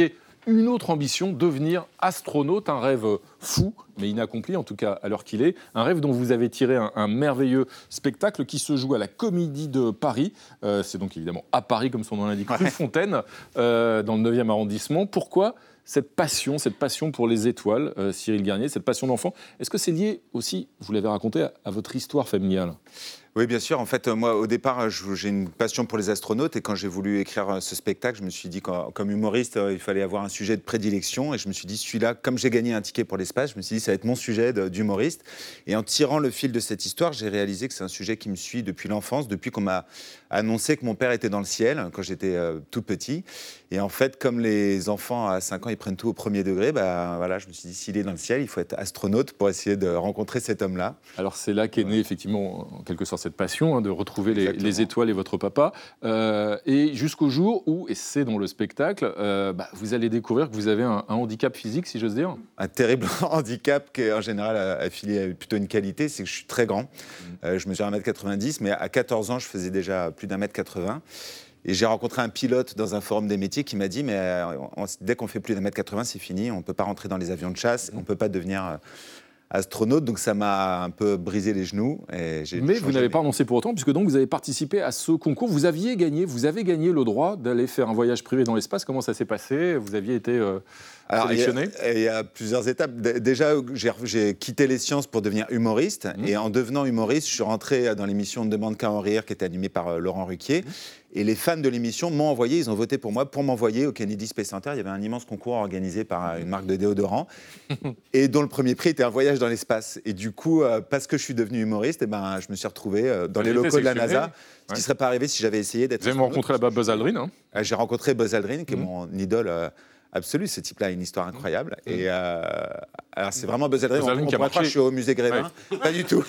une autre ambition, devenir astronaute, un rêve fou, mais inaccompli, en tout cas à l'heure qu'il est. Un rêve dont vous avez tiré un, un merveilleux spectacle qui se joue à la Comédie de Paris. Euh, c'est donc évidemment à Paris, comme son nom l'indique, rue Fontaine, euh, dans le neuvième arrondissement. Pourquoi cette passion, cette passion pour les étoiles, euh, Cyril Garnier, cette passion d'enfant? Est-ce que c'est lié aussi, vous l'avez raconté, à, à votre histoire familiale? Oui, bien sûr. En fait, moi, au départ, j'ai une passion pour les astronautes. Et quand j'ai voulu écrire ce spectacle, je me suis dit, comme humoriste, il fallait avoir un sujet de prédilection. Et je me suis dit, celui-là, comme j'ai gagné un ticket pour l'espace, je me suis dit, ça va être mon sujet d'humoriste. Et en tirant le fil de cette histoire, j'ai réalisé que c'est un sujet qui me suit depuis l'enfance, depuis qu'on m'a annoncé que mon père était dans le ciel, quand j'étais euh, tout petit. Et en fait, comme les enfants à cinq ans, ils prennent tout au premier degré, bah, voilà, je me suis dit, s'il est dans le ciel, il faut être astronaute pour essayer de rencontrer cet homme-là. Alors, c'est là qu'est née, effectivement, en quelque sorte, cette passion hein, de retrouver les, les étoiles et votre papa. Euh, et jusqu'au jour où, et c'est dans le spectacle, euh, bah, vous allez découvrir que vous avez un, un handicap physique, si j'ose dire. Un terrible handicap qui est en général affilié à plutôt une qualité, c'est que je suis très grand. Mmh. Euh, je mesure un mètre quatre-vingt-dix, mais à quatorze ans, je faisais déjà plus d'un mètre quatre-vingts. Et j'ai rencontré un pilote dans un forum des métiers qui m'a dit, mais euh, on, dès qu'on fait plus d'un mètre quatre-vingts, c'est fini, on ne peut pas rentrer dans les avions de chasse, on ne peut pas devenir... Euh, astronaute, donc ça m'a un peu brisé les genoux. Et j'ai Mais vous n'avez pas renoncé pour autant, puisque donc vous avez participé à ce concours. Vous aviez gagné, vous avez gagné le droit d'aller faire un voyage privé dans l'espace. Comment ça s'est passé? Vous aviez été euh, Alors, sélectionné? Il y, y a plusieurs étapes. D- déjà, j'ai, j'ai quitté les sciences pour devenir humoriste. Mmh. Et en devenant humoriste, je suis rentré dans l'émission On ne demande qu'à en rire, qui était animée par euh, Laurent Ruquier. Mmh. Et les fans de l'émission m'ont envoyé, ils ont voté pour moi, pour m'envoyer au Kennedy Space Center. Il y avait un immense concours organisé par une marque de déodorant et dont le premier prix était un voyage dans l'espace. Et du coup, euh, parce que je suis devenu humoriste, eh ben, je me suis retrouvé euh, dans Vous les locaux de la NASA, ce qui ne serait pas arrivé si j'avais essayé d'être... Vous avez rencontré là-bas Buzz Aldrin hein euh, J'ai rencontré Buzz Aldrin, qui est mmh. mon idole euh, absolu. Ce type-là a une histoire incroyable. Mmh. Et euh, alors, c'est vraiment Buzz Aldrin. Buzz Aldrin on, on qui a marché. Je suis au musée Grévin. Ouais. Pas du tout.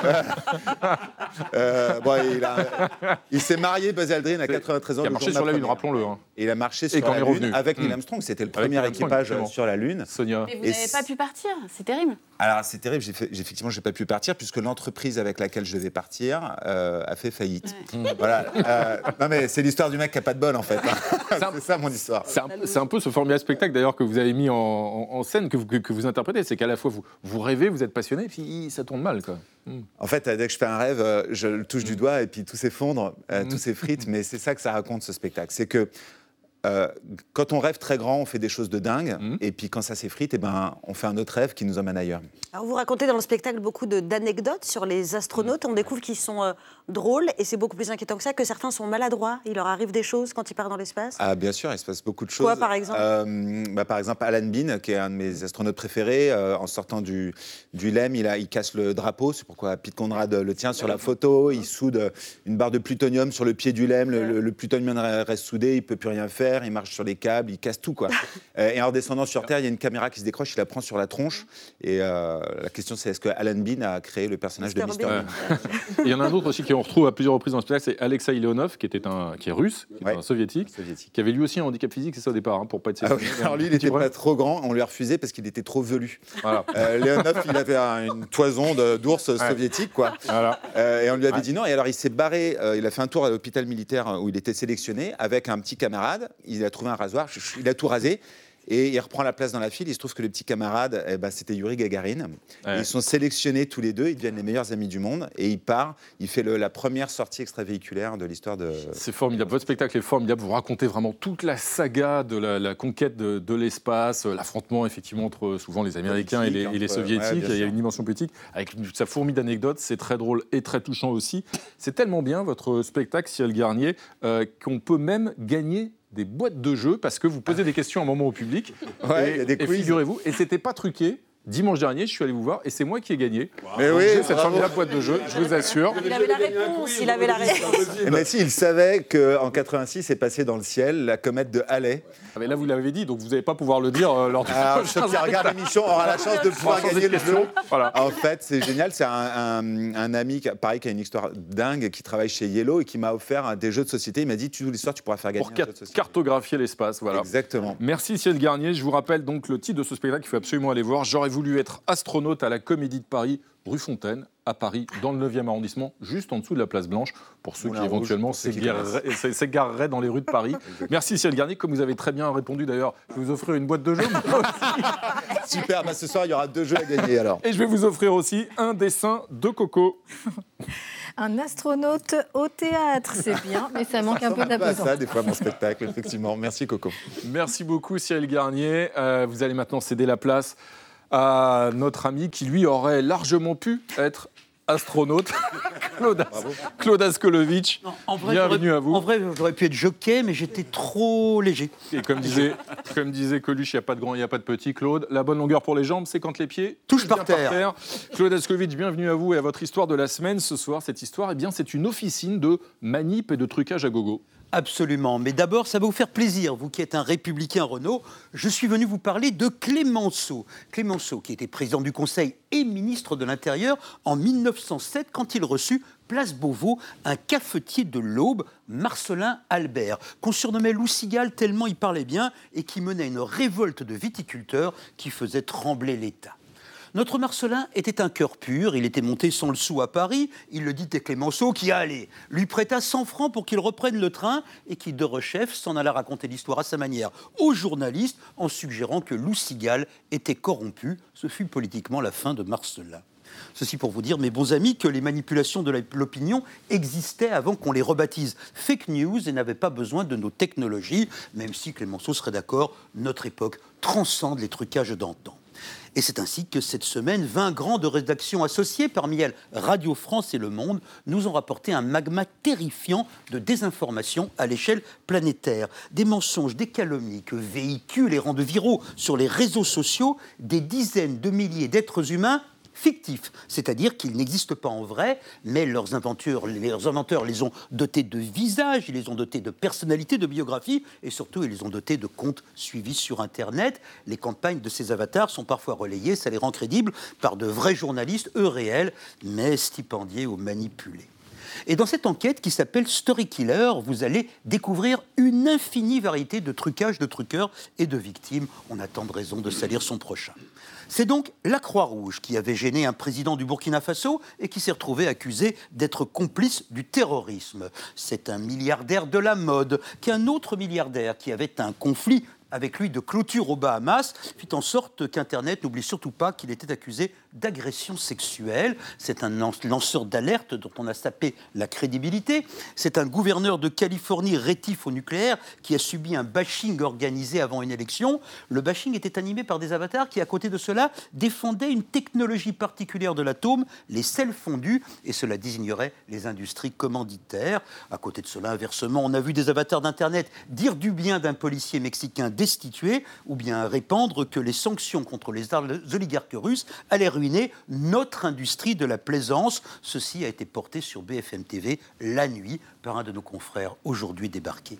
euh, bon, il, a, il s'est marié, Buzz Aldrin, à quatre-vingt-treize ans. Il a marché sur la Lune, rappelons-le. Hein. Il a marché sur la Lune avec mmh. Neil Armstrong. C'était le premier avec équipage sur la Lune. Sonia. Mais vous n'avez pas pu partir. C'est terrible. Alors, c'est terrible. J'ai fait, j'ai, effectivement, je n'ai pas pu partir puisque l'entreprise avec laquelle je devais partir euh, a fait faillite. Ouais. Voilà. Euh, non, mais c'est l'histoire du mec qui n'a pas de bol, en fait. C'est, un, c'est ça, mon histoire. C'est un, c'est un peu ce formidable spectacle, d'ailleurs, que vous avez mis en, en, en scène, que vous, que, que vous interprétez. C'est qu'à la fois, vous, vous rêvez, vous êtes passionné, et puis ça tourne mal, quoi. Mm. En fait, dès que je fais un rêve, je le touche mm. du doigt, et puis tout s'effondre, euh, mm. tout s'effrite. Mais c'est ça que ça raconte, ce spectacle. C'est que Euh, quand on rêve très grand, on fait des choses de dingue. Mmh. Et puis quand ça s'effrite, eh ben, on fait un autre rêve qui nous emmène ailleurs. Alors vous racontez dans le spectacle beaucoup de, d'anecdotes sur les astronautes. On découvre qu'ils sont euh, drôles et c'est beaucoup plus inquiétant que ça, que certains sont maladroits. Il leur arrive des choses quand ils partent dans l'espace. Ah bien sûr, il se passe beaucoup de choses. Quoi par exemple euh, bah, Par exemple, Alan Bean, qui est un de mes astronautes préférés, euh, en sortant du, du L E M, il, a, il casse le drapeau. C'est pourquoi Pete Conrad le tient sur la photo. Il soude une barre de plutonium sur le pied du L E M. Le, le, le plutonium reste soudé, il ne peut plus rien faire. Il marche sur les câbles. Il casse tout, quoi. euh, et en redescendant sur Terre, il y a une caméra qui se décroche, il la prend sur la tronche. Et euh, la question, c'est est-ce que Alan Bean a créé le personnage Mister de Mister Bean. Ouais. Il y en a un autre aussi qu'on retrouve à plusieurs reprises dans ce spectacle, c'est Alexei Leonov, qui était un, qui est russe, qui est ouais. un soviétique, soviétique, qui avait lui aussi un handicap physique, c'est ça au départ, hein, pour pas être. Ah oui. Alors lui, il n'était pas trop grand, on lui a refusé parce qu'il était trop velu. Voilà. Euh, Leonov, il avait un, une toison de, d'ours ouais. soviétique, quoi. Voilà. Euh, et on lui avait ouais. dit non. Et alors il s'est barré. Euh, il a fait un tour à l'hôpital militaire où il était sélectionné avec un petit camarade. Il a trouvé un rasoir. Il a tout rasé et il reprend la place dans la file. Il se trouve que le petit camarade, eh ben, c'était Yuri Gagarin. Ouais. Ils sont sélectionnés tous les deux, ils deviennent les meilleurs amis du monde et il part, il fait le, la première sortie extravéhiculaire de l'histoire de... C'est formidable, votre spectacle est formidable, vous racontez vraiment toute la saga de la, la conquête de, de l'espace, l'affrontement effectivement entre souvent les Américains et les, et les Soviétiques, ouais, il y a une dimension politique, avec sa fourmi d'anecdotes, c'est très drôle et très touchant aussi. C'est tellement bien votre spectacle, Cyril Garnier, euh, qu'on peut même gagner des boîtes de jeux parce que vous posez des questions à un moment au public. Ouais, et, y a des et quiz. Figurez-vous, et c'était pas truqué. Dimanche dernier, je suis allé vous voir et c'est moi qui ai gagné. Wow. Mais oui, j'ai cette formidable boîte de jeux, je vous assure. Il avait la réponse, il avait la réponse. Mais si, il savait qu'en quatre-vingt-six est passée dans le ciel la comète de Halley. Ah mais là, vous l'avez dit, donc vous n'allez pas pouvoir le dire euh, lors du Alors, ceux qui regardent l'émission auront la chance de pouvoir gagner le jeu. Voilà. En fait, c'est génial. C'est un, un, un ami, pareil, qui a une histoire dingue, qui travaille chez Yellow et qui m'a offert des jeux de société. Il m'a dit, tous les soirs, tu pourras faire gagner Pour un jeu de société. Cartographier l'espace, voilà. Exactement. Merci Cyril Garnier. Je vous rappelle donc le titre de ce spectacle qu'il faut absolument aller voir. J'aurais voulu voulu être astronaute à la Comédie de Paris, rue Fontaine, à Paris, dans le neuvième arrondissement, juste en dessous de la place Blanche, pour ceux Moulin qui éventuellement Rouge, pour ceux qui s'égareraient s'égareraient dans les rues de Paris. Merci Cyril Garnier, comme vous avez très bien répondu d'ailleurs, je vais vous offrir une boîte de jeux. Super, bah ce soir il y aura deux jeux à gagner alors. Et je vais vous offrir aussi un dessin de Coco. Un astronaute au théâtre, c'est bien, mais ça manque un peu Ça d'apaisance. ça des fois mon spectacle, effectivement. Merci Coco. Merci beaucoup Cyril Garnier. Euh, vous allez maintenant céder la place à notre ami qui lui aurait largement pu être astronaute, Claude, As- Claude Askolovitch. Non, en vrai, Bienvenue j'aurais- à vous. En vrai, j'aurais pu être jockey, mais j'étais trop léger. Et comme disait, comme disait Coluche, il n'y a pas de grand, il n'y a pas de petit, Claude. La bonne longueur pour les jambes, c'est quand les pieds Touchent bien par terre. Claude Askolovitch, bienvenue à vous et à votre histoire de la semaine. Ce soir, cette histoire, eh bien, c'est une officine de manip et de trucage à gogo. Absolument. Mais d'abord, ça va vous faire plaisir, vous qui êtes un républicain Renaud. Je suis venu vous parler de Clémenceau. Clémenceau, qui était président du Conseil et ministre de l'Intérieur en mille neuf cent sept, quand il reçut, place Beauvau, un cafetier de l'Aube, Marcellin Albert, qu'on surnommait Loup Cigale tellement il parlait bien et qui menait une révolte de viticulteurs qui faisait trembler l'État. Notre Marcellin était un cœur pur, il était monté sans le sou à Paris, il le dit à Clémenceau qui, allez, lui prêta cent francs pour qu'il reprenne le train et qui, de rechef, s'en alla raconter l'histoire à sa manière aux journalistes en suggérant que Loup Cigale était corrompu. Ce fut politiquement la fin de Marcellin. Ceci pour vous dire, mes bons amis, que les manipulations de la- l'opinion existaient avant qu'on les rebaptise fake news et n'avaient pas besoin de nos technologies, même si Clémenceau serait d'accord, notre époque transcende les trucages d'antan. Et c'est ainsi que cette semaine, vingt grandes rédactions associées, parmi elles Radio France et Le Monde, nous ont rapporté un magma terrifiant de désinformation à l'échelle planétaire. Des mensonges, des calomnies que véhiculent et rendent viraux sur les réseaux sociaux des dizaines de milliers d'êtres humains fictifs, c'est-à-dire qu'ils n'existent pas en vrai, mais leurs inventeurs, leurs inventeurs les ont dotés de visages, ils les ont dotés de personnalités, de biographies, et surtout ils les ont dotés de comptes suivis sur Internet. Les campagnes de ces avatars sont parfois relayées, ça les rend crédibles, par de vrais journalistes, eux réels, mais stipendiés ou manipulés. Et dans cette enquête qui s'appelle Story Killer, vous allez découvrir une infinie variété de trucages, de truqueurs et de victimes. On a tant de raisons de salir son prochain. C'est donc la Croix-Rouge qui avait gêné un président du Burkina Faso et qui s'est retrouvé accusé d'être complice du terrorisme. C'est un milliardaire de la mode qu'un autre milliardaire qui avait un conflit avec lui de clôture aux Bahamas, fit en sorte qu'Internet n'oublie surtout pas qu'il était accusé d'agression sexuelle. C'est un lanceur d'alerte dont on a sapé la crédibilité. C'est un gouverneur de Californie rétif au nucléaire qui a subi un bashing organisé avant une élection. Le bashing était animé par des avatars qui, à côté de cela, défendaient une technologie particulière de l'atome, les sels fondus, et cela désignerait les industries commanditaires. À côté de cela, inversement, on a vu des avatars d'Internet dire du bien d'un policier mexicain destitué, ou bien répandre que les sanctions contre les oligarques russes allaient ruiner notre industrie de la plaisance. Ceci a été porté sur B F M T V la nuit par un de nos confrères aujourd'hui débarqués.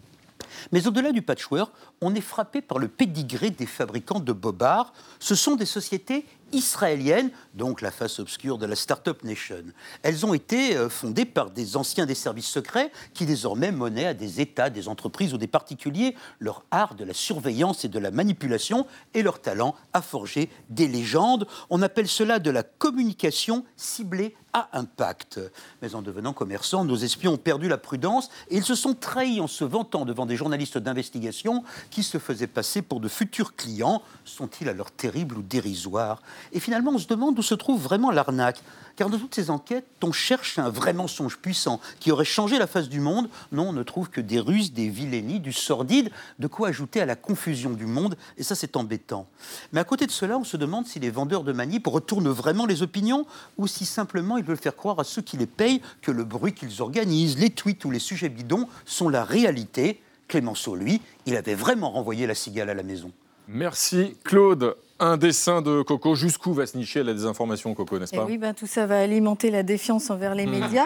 Mais au-delà du patchwork, on est frappé par le pédigré des fabricants de bobards. Ce sont des sociétés israéliennes, donc la face obscure de la Startup Nation. Elles ont été fondées par des anciens des services secrets qui désormais monnaient à des États, des entreprises ou des particuliers leur art de la surveillance et de la manipulation et leur talent à forger des légendes. On appelle cela de la communication ciblée à impact. Mais en devenant commerçants, nos espions ont perdu la prudence et ils se sont trahis en se vantant devant des journalistes d'investigation qui se faisaient passer pour de futurs clients. Sont-ils alors terribles ou dérisoires ? Et finalement, on se demande où se trouve vraiment l'arnaque. Car dans toutes ces enquêtes, on cherche un vrai mensonge puissant qui aurait changé la face du monde. Non, on ne trouve que des ruses, des vilainies, du sordide, de quoi ajouter à la confusion du monde. Et ça, c'est embêtant. Mais à côté de cela, on se demande si les vendeurs de manip retournent vraiment les opinions ou si simplement ils veulent faire croire à ceux qui les payent que le bruit qu'ils organisent, les tweets ou les sujets bidons sont la réalité. Clémenceau, lui, il avait vraiment renvoyé la cigale à la maison. Merci Claude. Un dessin de Coco. Jusqu'où va se nicher la désinformation, Coco, n'est-ce pas ? Et oui, ben, tout ça va alimenter la défiance envers les médias.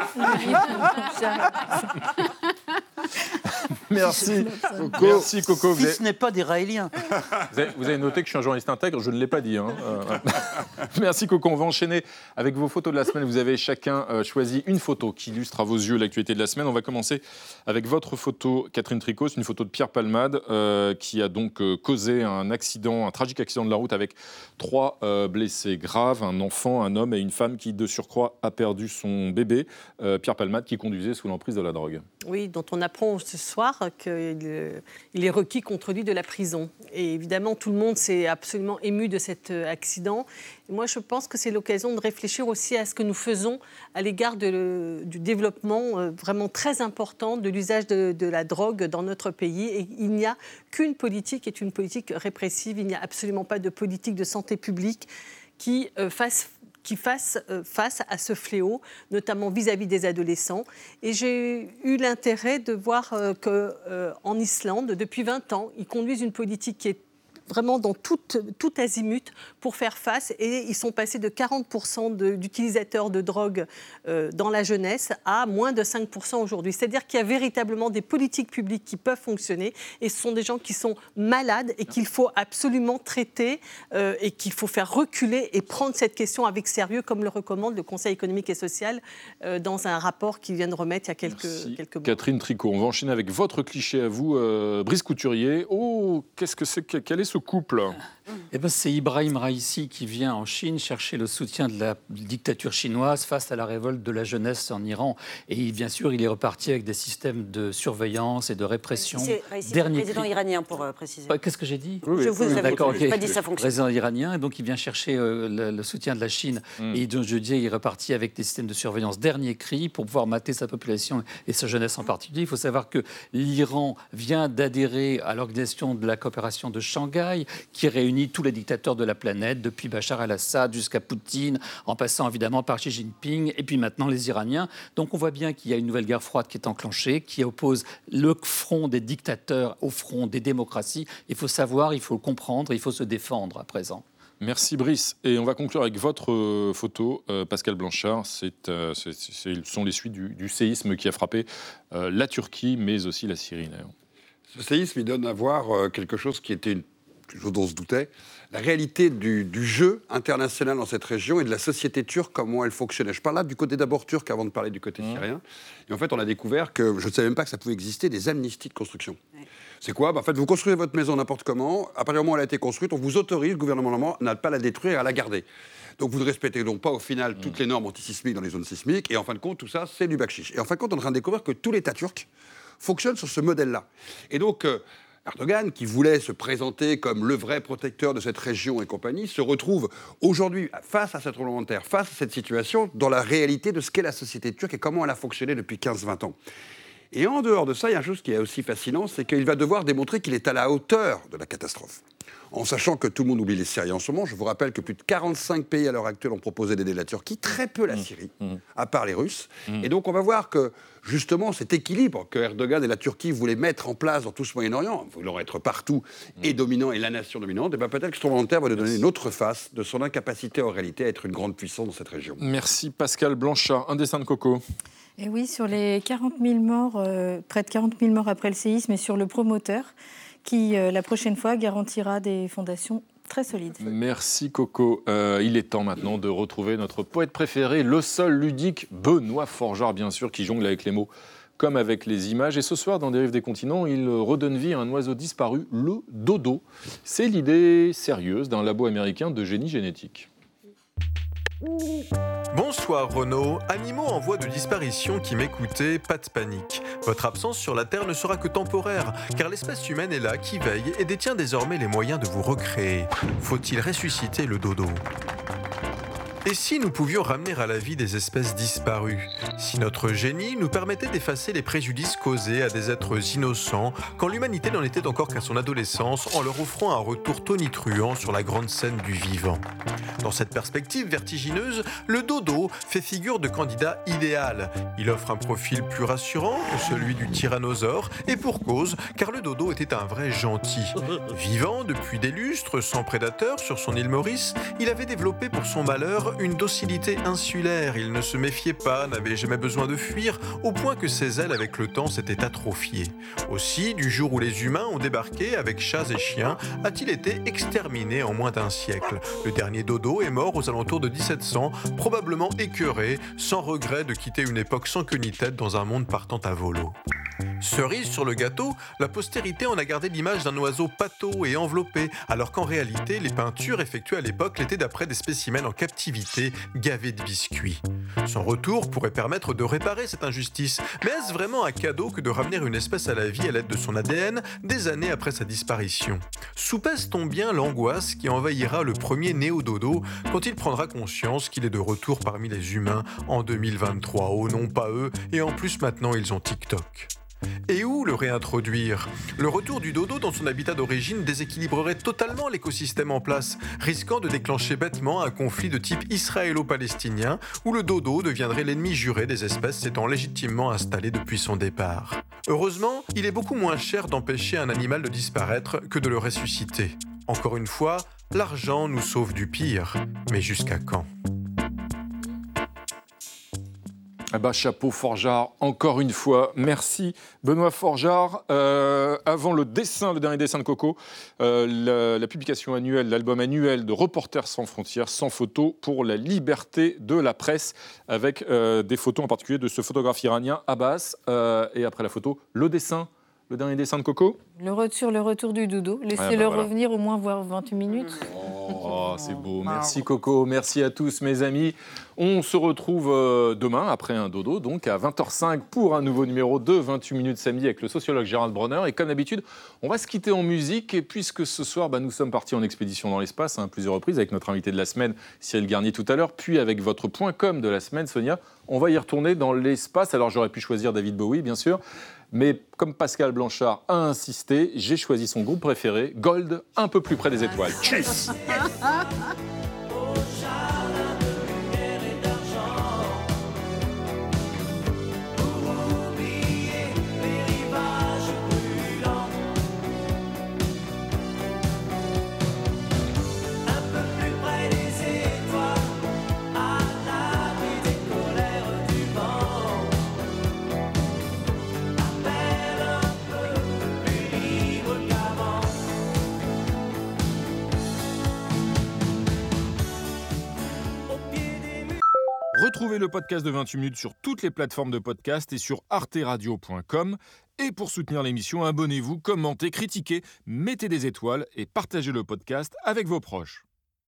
Merci Coco. Merci Coco. Si ce n'est pas des Raéliens. Vous avez, vous avez noté que je suis un journaliste intègre, je ne l'ai pas dit. Hein. Euh, Merci Coco. On va enchaîner avec vos photos de la semaine. Vous avez chacun euh, choisi une photo qui illustre à vos yeux l'actualité de la semaine. On va commencer avec votre photo, Catherine Tricot. C'est une photo de Pierre Palmade euh, qui a donc euh, causé un accident, un tragique accident de la route avec trois euh, blessés graves, un enfant, un homme et une femme qui de surcroît a perdu son bébé. Euh, Pierre Palmade qui conduisait sous l'emprise de la drogue. Oui, dont on apprend ce soir qu'il il est requis contre lui de la prison. Et évidemment, tout le monde s'est absolument ému de cet accident. Et moi, je pense que c'est l'occasion de réfléchir aussi à ce que nous faisons à l'égard de, du développement euh, vraiment très important de l'usage de, de la drogue dans notre pays. Et il n'y a qu'une politique qui est une politique répressive. Il n'y a absolument pas de politique de santé publique qui euh, fasse qui fasse euh, face à ce fléau, notamment vis-à-vis des adolescents. Et j'ai eu l'intérêt de voir euh, qu'en euh, Islande, depuis vingt ans, ils conduisent une politique qui est vraiment dans tout, tout azimut pour faire face. Et ils sont passés de quarante pour cent de, d'utilisateurs de drogue euh, dans la jeunesse à moins de cinq pour cent aujourd'hui. C'est-à-dire qu'il y a véritablement des politiques publiques qui peuvent fonctionner et ce sont des gens qui sont malades et qu'il faut absolument traiter euh, et qu'il faut faire reculer et prendre cette question avec sérieux comme le recommande le Conseil économique et social euh, dans un rapport qu'il vient de remettre il y a quelques, quelques mois. Catherine Tricot, on va enchaîner avec votre cliché à vous, euh, Brice Couturier. Oh, qu'est-ce que c'est, quel est ce couple? Eh ben, c'est Ibrahim Raïssi qui vient en Chine chercher le soutien de la dictature chinoise face à la révolte de la jeunesse en Iran. Et bien sûr, il est reparti avec des systèmes de surveillance et de répression. C'est Raïssi, Dernier président cri... iranien, pour euh, préciser. Qu'est-ce que j'ai dit? Oui, Je vous oui, d'accord, okay. pas dit ça fonctionne. Président iranien, et donc il vient chercher euh, le, le soutien de la Chine. Mm. Et donc, je dis, il est reparti avec des systèmes de surveillance. Dernier cri pour pouvoir mater sa population et sa jeunesse en particulier. Il faut savoir que l'Iran vient d'adhérer à l'organisation de la coopération de Shanghai, qui réunit tous les dictateurs de la planète, depuis Bachar el-Assad jusqu'à Poutine, en passant évidemment par Xi Jinping, et puis maintenant les Iraniens. Donc on voit bien qu'il y a une nouvelle guerre froide qui est enclenchée, qui oppose le front des dictateurs au front des démocraties. Il faut savoir, il faut le comprendre, il faut se défendre à présent. Merci Brice. Et on va conclure avec votre euh, photo, euh, Pascal Blanchard. C'est, euh, c'est, c'est, ce sont les suites du, du séisme qui a frappé euh, la Turquie, mais aussi la Syrie. D'ailleurs. Ce séisme, il donne à voir euh, quelque chose qui était une chose dont on se doutait, la réalité du, du jeu international dans cette région et de la société turque, comment elle fonctionnait. Je parle là du côté d'abord turc avant de parler du côté mmh. syrien. Et en fait, on a découvert que, je ne savais même pas que ça pouvait exister, des amnisties de construction. Ouais. C'est quoi? bah, En fait, vous construisez votre maison n'importe comment, à partir du moment où elle a été construite, on vous autorise, le gouvernement n'a pas à la détruire et à la garder. Donc vous ne respectez donc pas au final mmh. toutes les normes antisismiques dans les zones sismiques, et en fin de compte, tout ça, c'est du bakchich. Et en fin de compte, on est en train de découvrir que tout l'État turc fonctionne sur ce modèle-là. Et donc... Euh, Erdogan, qui voulait se présenter comme le vrai protecteur de cette région et compagnie, se retrouve aujourd'hui face à ce tremblement de terre, face à cette situation, dans la réalité de ce qu'est la société turque et comment elle a fonctionné depuis quinze à vingt ans. Et en dehors de ça, il y a une chose qui est aussi fascinante, c'est qu'il va devoir démontrer qu'il est à la hauteur de la catastrophe. En sachant que tout le monde oublie les Syriens en ce moment, je vous rappelle que plus de quarante-cinq pays à l'heure actuelle ont proposé d'aider la Turquie, très peu la Syrie, mmh. à part les Russes. Mmh. Et donc on va voir que justement cet équilibre que Erdogan et la Turquie voulaient mettre en place dans tout ce Moyen-Orient, voulant être partout mmh. et dominant et la nation dominante, et bien peut-être que ce tremblement de terre va nous donner une autre face de son incapacité en réalité à être une grande puissance dans cette région. Merci Pascal Blanchard. Un dessin de Coco. Et oui, sur les quarante mille morts, euh, près de quarante mille morts après le séisme, et sur le promoteur qui, euh, la prochaine fois, garantira des fondations très solides. Merci Coco. Euh, il est temps maintenant de retrouver notre poète préféré, le seul ludique, Benoît Forgeard, bien sûr, qui jongle avec les mots comme avec les images. Et ce soir, dans Dérive des continents, il redonne vie à un oiseau disparu, le dodo. C'est l'idée sérieuse d'un labo américain de génie génétique. Bonsoir Renaud, animaux en voie de disparition qui m'écoutez, pas de panique. Votre absence sur la Terre ne sera que temporaire, car l'espèce humaine est là, qui veille et détient désormais les moyens de vous recréer. Faut-il ressusciter le dodo ? Et si nous pouvions ramener à la vie des espèces disparues? Si notre génie nous permettait d'effacer les préjudices causés à des êtres innocents, quand l'humanité n'en était encore qu'à son adolescence, en leur offrant un retour tonitruant sur la grande scène du vivant. Dans cette perspective vertigineuse, le dodo fait figure de candidat idéal. Il offre un profil plus rassurant que celui du tyrannosaure, et pour cause, car le dodo était un vrai gentil. Vivant depuis des lustres, sans prédateur sur son île Maurice, il avait développé pour son malheur une docilité insulaire. Il ne se méfiait pas, n'avait jamais besoin de fuir, au point que ses ailes avec le temps s'étaient atrophiées. Aussi, du jour où les humains ont débarqué avec chats et chiens, a-t-il été exterminé en moins d'un siècle. Le dernier dodo est mort aux alentours de dix-sept cents, probablement écœuré, sans regret de quitter une époque sans queue ni tête dans un monde partant à volo. Cerise sur le gâteau, la postérité en a gardé l'image d'un oiseau pâteau et enveloppé, alors qu'en réalité, les peintures effectuées à l'époque l'étaient d'après des spécimens en captivité, gavés de biscuits. Son retour pourrait permettre de réparer cette injustice, mais est-ce vraiment un cadeau que de ramener une espèce à la vie à l'aide de son A D N des années après sa disparition ? Soupèse-t-on bien l'angoisse qui envahira le premier néo-dodo quand il prendra conscience qu'il est de retour parmi les humains en deux mille vingt-trois ? Oh non, pas eux, et en plus maintenant ils ont TikTok. Et où le réintroduire ? Le retour du dodo dans son habitat d'origine déséquilibrerait totalement l'écosystème en place, risquant de déclencher bêtement un conflit de type israélo-palestinien où le dodo deviendrait l'ennemi juré des espèces s'étant légitimement installées depuis son départ. Heureusement, il est beaucoup moins cher d'empêcher un animal de disparaître que de le ressusciter. Encore une fois, l'argent nous sauve du pire, mais jusqu'à quand ? Ah bah, chapeau Forgeard, encore une fois. Merci Benoît Forgeard. Euh, avant le dessin, le dernier dessin de Coco, euh, la, la publication annuelle, l'album annuel de Reporters sans frontières, sans photos pour la liberté de la presse, avec euh, des photos en particulier de ce photographe iranien Abbas. Euh, et après la photo, le dessin, le dernier dessin de Coco. Le retour, le retour du dodo. Laissez-le ah bah voilà. revenir au moins voir vingt-huit minutes. Oh, c'est beau. Merci Coco. Merci à tous mes amis. On se retrouve euh, demain après un dodo, donc à vingt heures cinq pour un nouveau numéro de vingt-huit minutes samedi avec le sociologue Gérald Bronner. Et comme d'habitude, on va se quitter en musique. Et puisque ce soir, bah, nous sommes partis en expédition dans l'espace, hein, à plusieurs reprises, avec notre invité de la semaine, Cyril Garnier tout à l'heure, puis avec votre point com de la semaine, Sonia, on va y retourner dans l'espace. Alors j'aurais pu choisir David Bowie, bien sûr. Mais comme Pascal Blanchard a insisté, j'ai choisi son groupe préféré, Gold, un peu plus près des étoiles. Tchuss. Retrouvez le podcast de vingt-huit minutes sur toutes les plateformes de podcast et sur arte radio point com. Et pour soutenir l'émission, abonnez-vous, commentez, critiquez, mettez des étoiles et partagez le podcast avec vos proches.